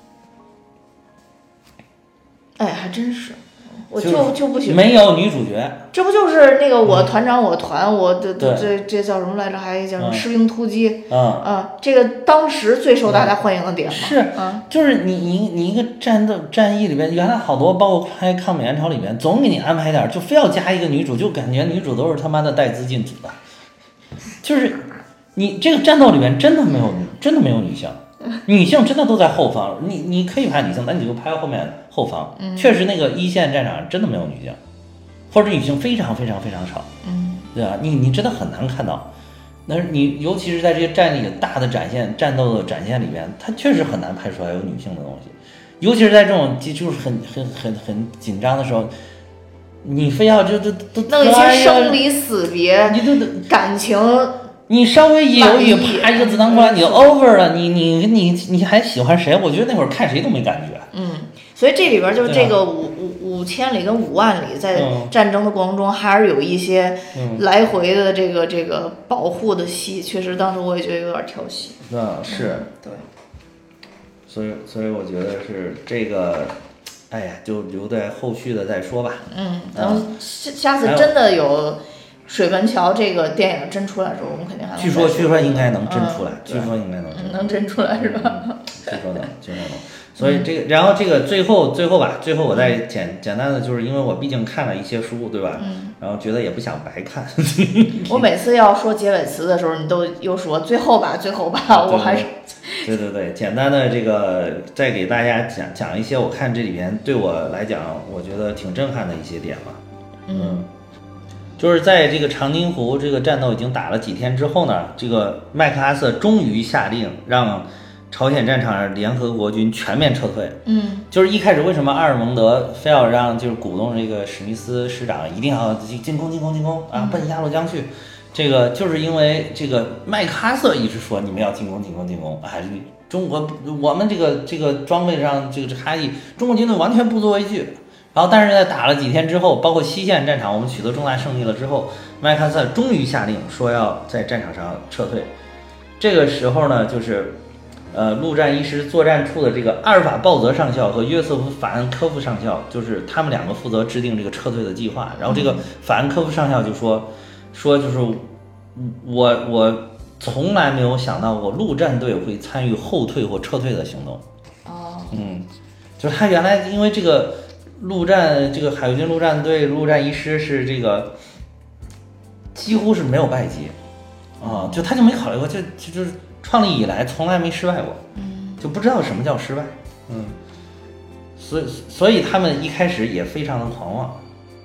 哎，还真是。我就就不喜欢没有女主角， 这不就是那个我团长我团，嗯、我的这这这叫什么来着？还叫什么士兵突击？ 嗯啊，这个当时最受大家欢迎的点嘛。 是， 啊， 就是你你你一个战斗战役里边，原来好多包括拍抗美援朝里面，总给你安排点，就非要加一个女主，就感觉女主都是他妈的带资进组的，就是你这个战斗里面真的没有真的没有女性。女性真的都在后方，你你可以拍女性，但你就拍后面后方。 嗯， 确实那个一线战场真的没有女性，或者女性非常非常非常少。 嗯， 对吧？你你真的很难看到。但是你尤其是在这些战力大的展现、战斗的展现里边，它确实很难拍出来有女性的东西。尤其是在这种就是很很很很紧张的时候，你非要就都都弄一些生离死别， 你都感情。 你稍微一犹豫，啪一个子弹过来，你就 over 了。你你你你还喜欢谁？我觉得那会儿看谁都没感觉。 嗯，所以这里边就是这个五五五千里跟五万里，在战争的过程中，还是有一些来回的这个这个保护的戏。确实，当时我也觉得有点挑戏。 嗯，是， 对。 所以，所以我觉得是这个，哎呀，就留在后续的再说吧。 嗯，然后下下次真的有。水门桥这个电影真出来的时候，我们肯定还能。 据说，据说应该能真出来， 嗯、 据说应该能真。 能真出来是吧？ 嗯、据说能，据说能。所以这个，然后这个最后最后吧，最后我再简简单的，就是因为我毕竟看了一些书，对吧？ 嗯。 然后觉得也不想白看。 我每次要说结尾词的时候，你都又说最后吧，最后吧，我还是。 对对对，简单的这个再给大家讲讲一些，我看这里边对我来讲，我觉得挺震撼的一些点吧。 嗯。 嗯就是在这个长津湖这个战斗已经打了几天之后呢，这个麦克阿瑟终于下令让朝鲜战场上联合国军全面撤退。 嗯， 就是一开始为什么阿尔蒙德非要让就是鼓动这个史密斯师长一定要进攻进攻进攻啊，奔鸭绿江去，这个就是因为这个麦克阿瑟一直说你们要进攻进攻进攻啊，中国我们这个这个装备上这个差异，中国军队完全不足为惧。然后但是在打了几天之后，包括西线战场我们取得重大胜利了之后，麦克阿瑟终于下令说要在战场上撤退。这个时候呢，就是呃，陆战一师作战处的这个阿尔法鲍泽上校和约瑟夫法恩科夫上校，就是他们两个负责制定这个撤退的计划。然后这个法恩科夫上校就说说就是我我从来没有想到过陆战队会参与后退或撤退的行动。 哦， 嗯，就是他原来因为这个陆战这个海军陆战队陆战一师是这个几乎是没有败绩啊，就他就没考虑过，就就就是创立以来从来没失败过， 嗯， 就不知道什么叫失败，嗯，所以所以他们一开始也非常的狂妄。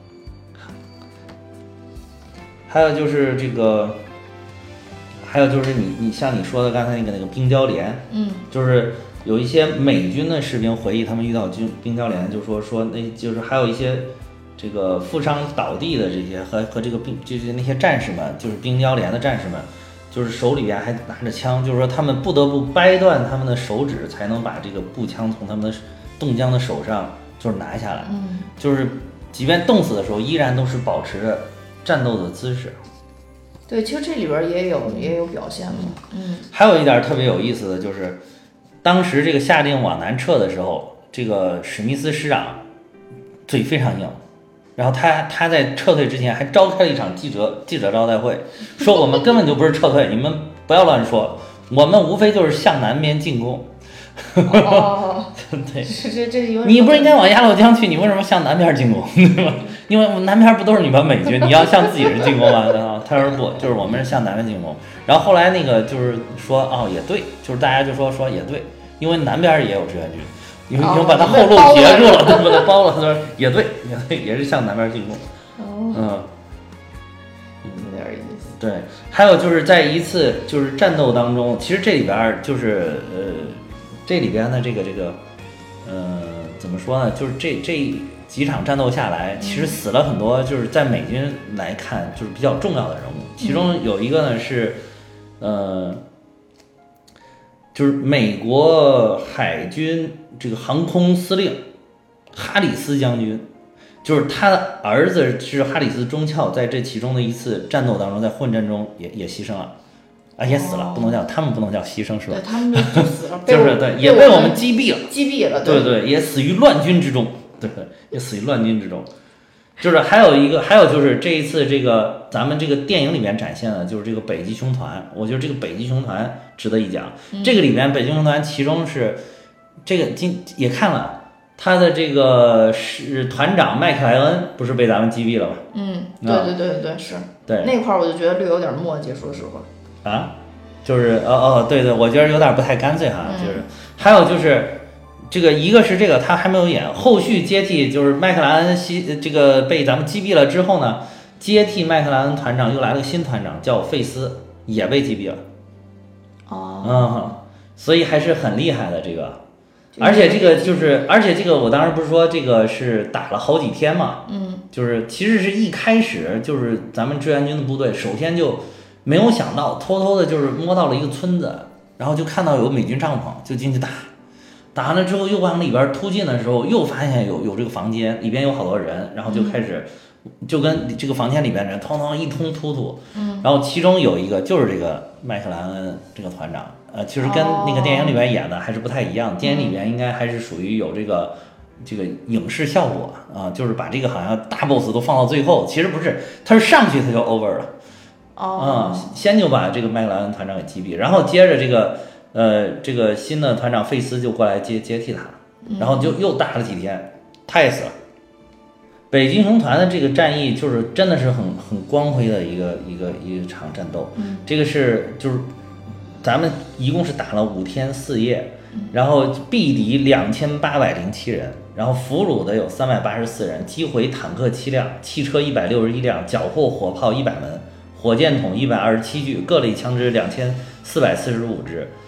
还有就是这个，还有就是你你像你说的刚才那个那个冰雕连， 嗯， 就是有一些美军的士兵回忆他们遇到军冰雕连，就说说那就是还有一些这个负伤倒地的这些和和这个兵就是那些战士们，就是冰雕连的战士们。就是手里边还拿着枪，就是说他们不得不掰断他们的手指，才能把这个步枪从他们的冻僵的手上就是拿下来。 嗯， 就是即便冻死的时候，依然都是保持着战斗的姿势。 对，其实这里边也有也有表现嘛。嗯， 还有一点特别有意思的就是，当时这个下令往南撤的时候，这个史密斯师长嘴非常硬。然后他他在撤退之前还召开了一场记者记者招待会，说我们根本就不是撤退，你们不要乱说，我们无非就是向南边进攻。 哦， 对， 这这这有你不是应该往鸭绿江去，你为什么向南边进攻，对吧？因为南边不都是你们美军，你要向自己人进攻吗？他说不，就是我们是向南边进攻。然后后来那个就是说，哦，也对，就是大家就说说也对，因为南边也有志愿军。已经把他后路截住了，对不对？包了，他说也对，也对，也是向南边进攻。 哦， 嗯， 有点意思。 对，还有就是在一次就是战斗当中，其实这里边就是呃，这里边的这个这个呃，怎么说呢？就是这这几场战斗下来，其实死了很多，就是在美军来看就是比较重要的人物，其中有一个呢是呃。就是美国海军这个航空司令哈里斯将军，就是他的儿子是哈里斯中校，在这其中的一次战斗当中，在混战中也也牺牲了，啊也死了， 哦、 不能叫他们不能叫牺牲是吧？ 对，他们就死了， 就是对，也被我们击毙了， 击毙了， 对对，也死于乱军之中，对对，也死于乱军之中。就是还有一个，还有就是这一次这个咱们这个电影里面展现的，就是这个北极熊团。我觉得这个北极熊团值得一讲。 嗯、 这个里面北极熊团其中是这个今也看了，他的这个是团长麦克莱恩，不是被咱们击毙了吗？ 嗯，对对对对对，是。 对那块儿我就觉得略有点墨迹，说实话。 啊，就是哦哦，对对，我觉得有点不太干脆哈。 嗯、 就是还有就是。这个一个是这个他还没有演，后续接替就是麦克莱恩西这个被咱们击毙了之后呢，接替麦克莱恩团长又来了个新团长叫费斯，也被击毙了。 哦， 嗯，所以还是很厉害的这个，而且这个就是而且这个我当时不是说这个是打了好几天嘛， 嗯， 就是其实是一开始就是咱们志愿军的部队首先就没有想到，偷偷的就是摸到了一个村子，然后就看到有美军帐篷，就进去打。打完了之后又往里边突进的时候，又发现有有这个房间里边有好多人，然后就开始就跟这个房间里边人通通一通突突， 嗯， 然后其中有一个就是这个麦克莱恩这个团长，呃，其实跟那个电影里边演的还是不太一样，电影里边应该还是属于有这个这个影视效果啊，就是把这个好像大 boss 都放到最后，其实不是，他是上去他就 over 了， 哦， 嗯，先就把这个麦克莱恩团长给击毙，然后接着这个。呃，这个新的团长费斯就过来接接替他，然后就又打了几天，他也死了。北极熊团的这个战役就是真的是很很光辉的一个一个一场战斗， 嗯， 这个是就是咱们一共是打了五天四夜，然后毙敌两千八百零七人，然后俘虏的有三百八十四人，击毁坦克七辆，汽车一百六十一辆，缴获火炮一百门，火箭筒一百二十七具，各类枪支两千四百四十五支。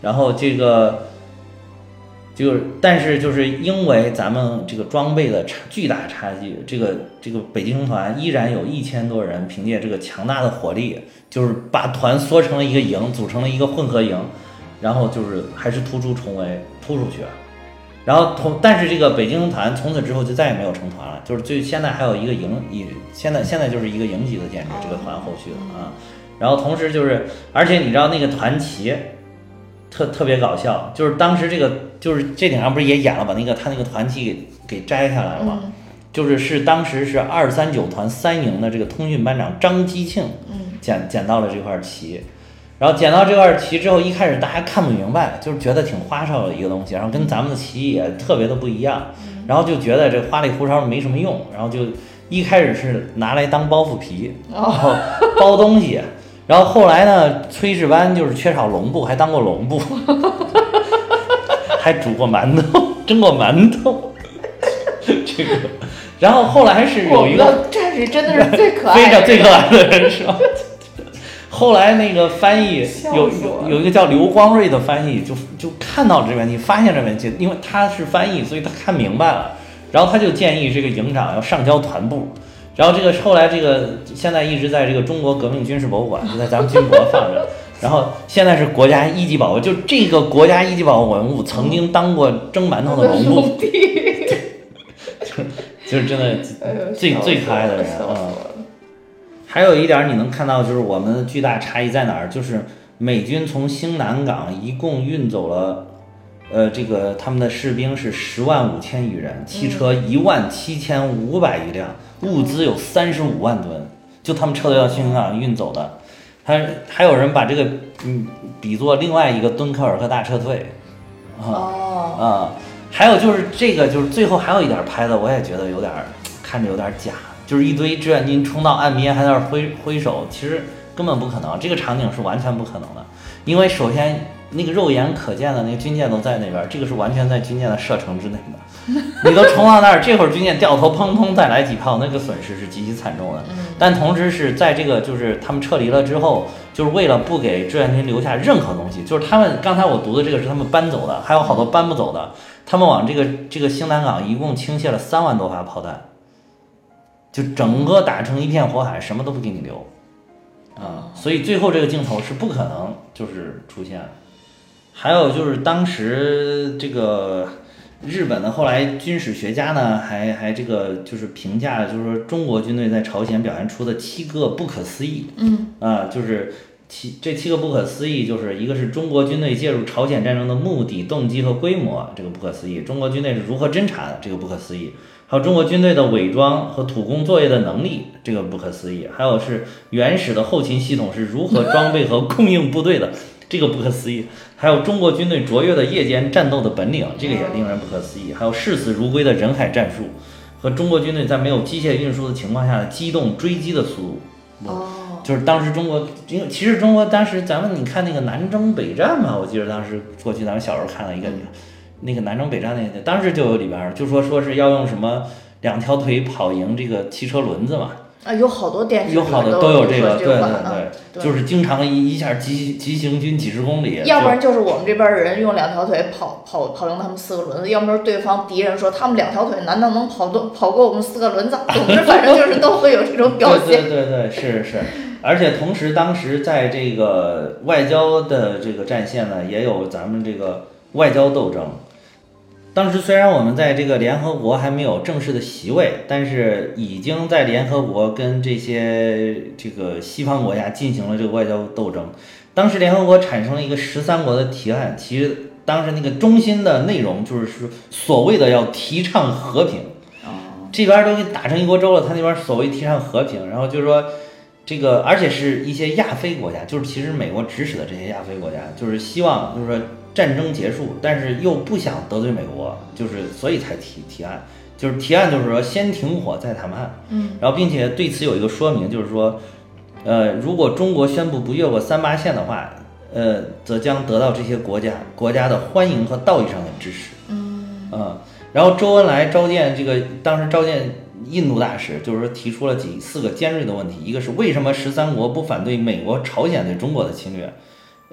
然后这个就是，但是就是因为咱们这个装备的差巨大差距，这个这个北极熊团依然有一千多人，凭借这个强大的火力，就是把团缩成了一个营，组成了一个混合营，然后就是还是突出重围，突出去了。然后同，但是这个北极熊团从此之后就再也没有成团了，就是最现在还有一个营，以现在现在就是一个营级的建制，这个团后续的啊。然后同时就是，而且你知道那个团旗。特特别搞笑，就是当时这个就是这顶上不是也演了把那个他那个团旗给给摘下来了吗？嗯、就是是当时是二三九团三营的这个通讯班长张基庆，嗯，捡捡到了这块旗，然后捡到这块旗之后，一开始大家看不明白，就是觉得挺花哨的一个东西，然后跟咱们的旗也特别的不一样，然后就觉得这花里胡哨没什么用，然后就一开始是拿来当包袱皮，然后包东西。然后后来呢，炊事班就是缺少龙部，还当过龙部，还煮过馒头，蒸过馒头，这个。然后后来是有一个战士真的是最可爱的， 非常最可爱的人是吧？后来那个翻译有有一个叫刘光瑞的翻译，就就看到这问题，发现这问题，因为他是翻译，所以他看明白了，然后他就建议这个营长要上交团部。然后这个后来这个现在一直在这个中国革命军事博物馆，就在咱们军博放着。然后现在是国家一级宝物，就这个国家一级宝物文物曾经当过蒸馒头的龙部，就就是真的最最可爱的人啊、嗯。还有一点你能看到，就是我们的巨大差异在哪儿？就是美军从兴南港一共运走了。呃，这个他们的士兵是十万五千余人，汽车一万七千五百余辆，物资有三十五万吨，就他们撤退到兴港运走的。还还有人把这个嗯比作另外一个敦刻尔克大撤退，啊、哦、啊，还有就是这个就是最后还有一点拍的，我也觉得有点看着有点假，就是一堆志愿军冲到岸边还在那挥挥手，其实根本不可能，这个场景是完全不可能的，因为首先。那个肉眼可见的那个军舰都在那边，这个是完全在军舰的射程之内的。你都冲到那儿，这会儿军舰掉头砰砰再来几炮，那个损失是极其惨重的。但同时是在这个就是他们撤离了之后，就是为了不给志愿军留下任何东西，就是他们刚才我读的这个是他们搬走的，还有好多搬不走的。他们往这个这个兴南港一共倾泻了三万多发炮弹，就整个打成一片火海，什么都不给你留啊。所以最后这个镜头是不可能就是出现的。还有就是当时这个日本的后来军事学家呢，还还这个就是评价，就是说中国军队在朝鲜表现出的七个不可思议，嗯啊，就是七这七个不可思议，就是一个是中国军队介入朝鲜战争的目的、动机和规模，这个不可思议；中国军队是如何侦察的，这个不可思议；还有中国军队的伪装和土工作业的能力，这个不可思议；还有是原始的后勤系统是如何装备和供应部队的。这个不可思议，还有中国军队卓越的夜间战斗的本领，这个也令人不可思议。还有视死如归的人海战术，和中国军队在没有机械运输的情况下的机动追击的速度。哦，就是当时中国，因为其实中国当时咱们你看那个南征北战嘛，我记得当时过去咱们小时候看了一个，那个南征北战那个，当时就有里边就说说是要用什么两条腿跑赢这个汽车轮子嘛。 啊，有好多电视有好多都有这个，对对对， 对，就是经常一一下急急行军几十公里， 要不然就是我们这边人用两条腿跑跑跑赢他们四个轮子，要不然对方敌人说他们两条腿难道能跑多跑过我们四个轮子？总之反正就是都会有这种表现。 对对对对，是是，而且同时当时在这个外交的这个战线呢，也有咱们这个外交斗争。当时虽然我们在这个联合国还没有正式的席位，但是已经在联合国跟这些这个西方国家进行了这个外交斗争。当时联合国产生了一个十三国的提案，其实当时那个中心的内容就是说所谓的要提倡和平，这边都给打成一锅粥了，他那边所谓提倡和平，然后就是说这个，而且是一些亚非国家，就是其实美国指使的这些亚非国家，就是希望就是说战争结束，但是又不想得罪美国，就是所以才提提案，就是提案就是说先停火再谈判，嗯，然后并且对此有一个说明，就是说，呃，如果中国宣布不越过三八线的话，呃，则将得到这些国家国家的欢迎和道义上的支持，嗯，呃，然后周恩来召见这个当时召见印度大使，就是说提出了几四个尖锐的问题，一个是为什么十三国不反对美国朝鲜对中国的侵略？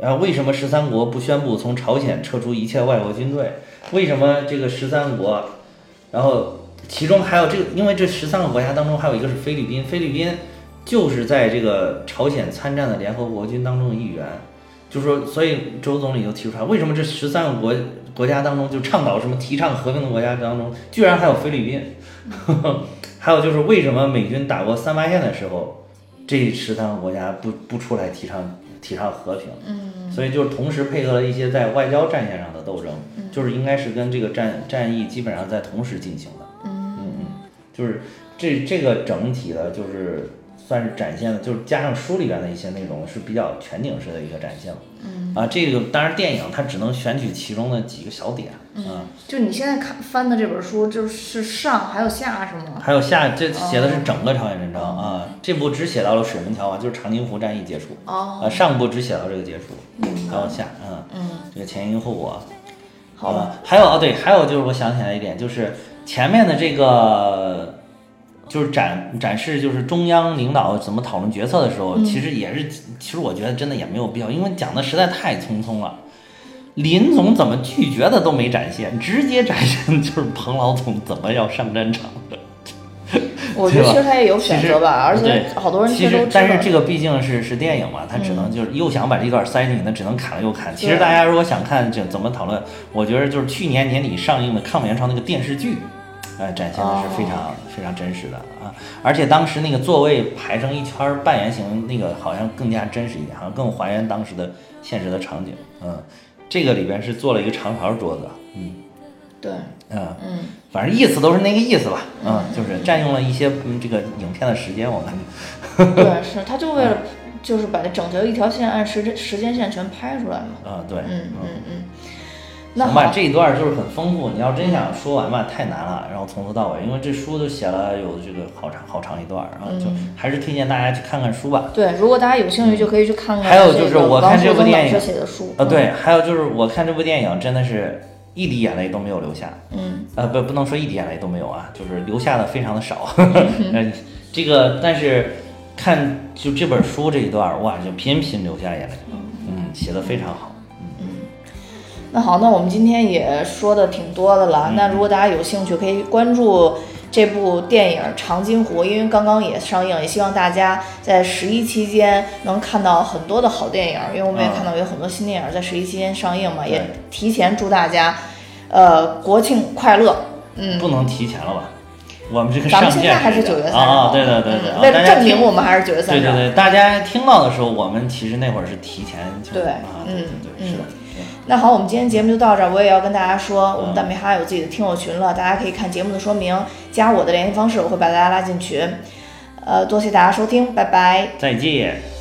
然后为什么十三国不宣布从朝鲜撤出一切外国军队？为什么这个十三国，然后其中还有这个，因为这十三个国家当中还有一个是菲律宾，菲律宾就是在这个朝鲜参战的联合国军当中的一员，就是说，所以周总理就提出来，为什么这十三个国国家当中，就倡导什么提倡和平的国家当中，居然还有菲律宾？呵呵，还有就是为什么美军打过三八线的时候，这十三个国家不不出来提倡提倡和平？嗯，所以就是同时配合了一些在外交战线上的斗争，嗯、就是应该是跟这个战战役基本上在同时进行的。嗯嗯嗯，就是这这个整体的，就是算是展现了，就是加上书里边的一些内容是比较全景式的一个展现了。嗯啊，这个当然电影它只能选取其中的几个小点。嗯，啊、 就你现在看翻的这本书，就是上还有下是吗？ 还有下，这写的是整个朝鲜战争、哦、啊。这部只写到了水门桥啊，就是长津湖战役结束。哦。啊，上部只写到这个结束。嗯。还有下，嗯嗯，这个前因后果。 好吧。 啊、还有哦，对，还有就是我想起来一点，就是前面的这个。就是展展示，就是中央领导怎么讨论决策的时候，嗯、其实也是，其实我觉得真的也没有必要，因为讲的实在太匆匆了。林总怎么拒绝的都没展现，直接展现就是彭老总怎么要上战场的。 我觉得其实他也有选择吧，而且好多人其实，但是这个毕竟是是电影嘛，他只能就是又想把这段塞进去，那只能砍了又砍。其实大家如果想看这怎么讨论，我觉得就是去年年底上映的《抗美援朝》那个电视剧。呃，展现的是非常、哦、非常真实的啊，而且当时那个座位排成一圈半圆形，那个好像更加真实一点，好像更还原当时的现实的场景。嗯，这个里边是做了一个长条桌子。嗯， 对， 嗯嗯，反正意思都是那个意思吧。嗯，嗯就是占用了一些嗯这个影片的时间，我感觉。对，是，他就为了就是把整条一条线按时时间线全拍出来嘛。 啊，对， 嗯嗯嗯。 行吧，这一段就是很丰富。你要真想说完吧，太难了。然后从头到尾，因为这书都写了有这个好长好长一段，然后就还是推荐大家去看看书吧。 对，如果大家有兴趣，就可以去看看。 还有就是我看这部电影写的书， 呃，对，还有就是我看这部电影真的是一滴眼泪都没有流下。嗯，呃，不，不能说一滴眼泪都没有啊，就是流下的非常的少。嗯，这个但是看就这本书这一段，哇，就频频流下眼泪。嗯，写的非常好。 那好，那我们今天也说的挺多的了。 嗯、 那如果大家有兴趣，可以关注这部电影《长津湖》，因为刚刚也上映，也希望大家在十一期间能看到很多的好电影。因为我们也看到有很多新电影在十一期间上映嘛，嗯、也提前祝大家，呃，国庆快乐。嗯， 不能提前了吧？我们这个咱们现在还是九月三号。 啊、哦，对对对对， 嗯、为了证明我们还是九月三号。 对对对，大家听到的时候，我们其实那会儿是提前就。 对， 啊、 嗯， 对，是的。 那好，我们今天节目就到这儿。我也要跟大家说，我们大米哈有自己的听友群了，大家可以看节目的说明，加我的联系方式，我会把大家拉进群。呃，多谢大家收听，拜拜， 再见。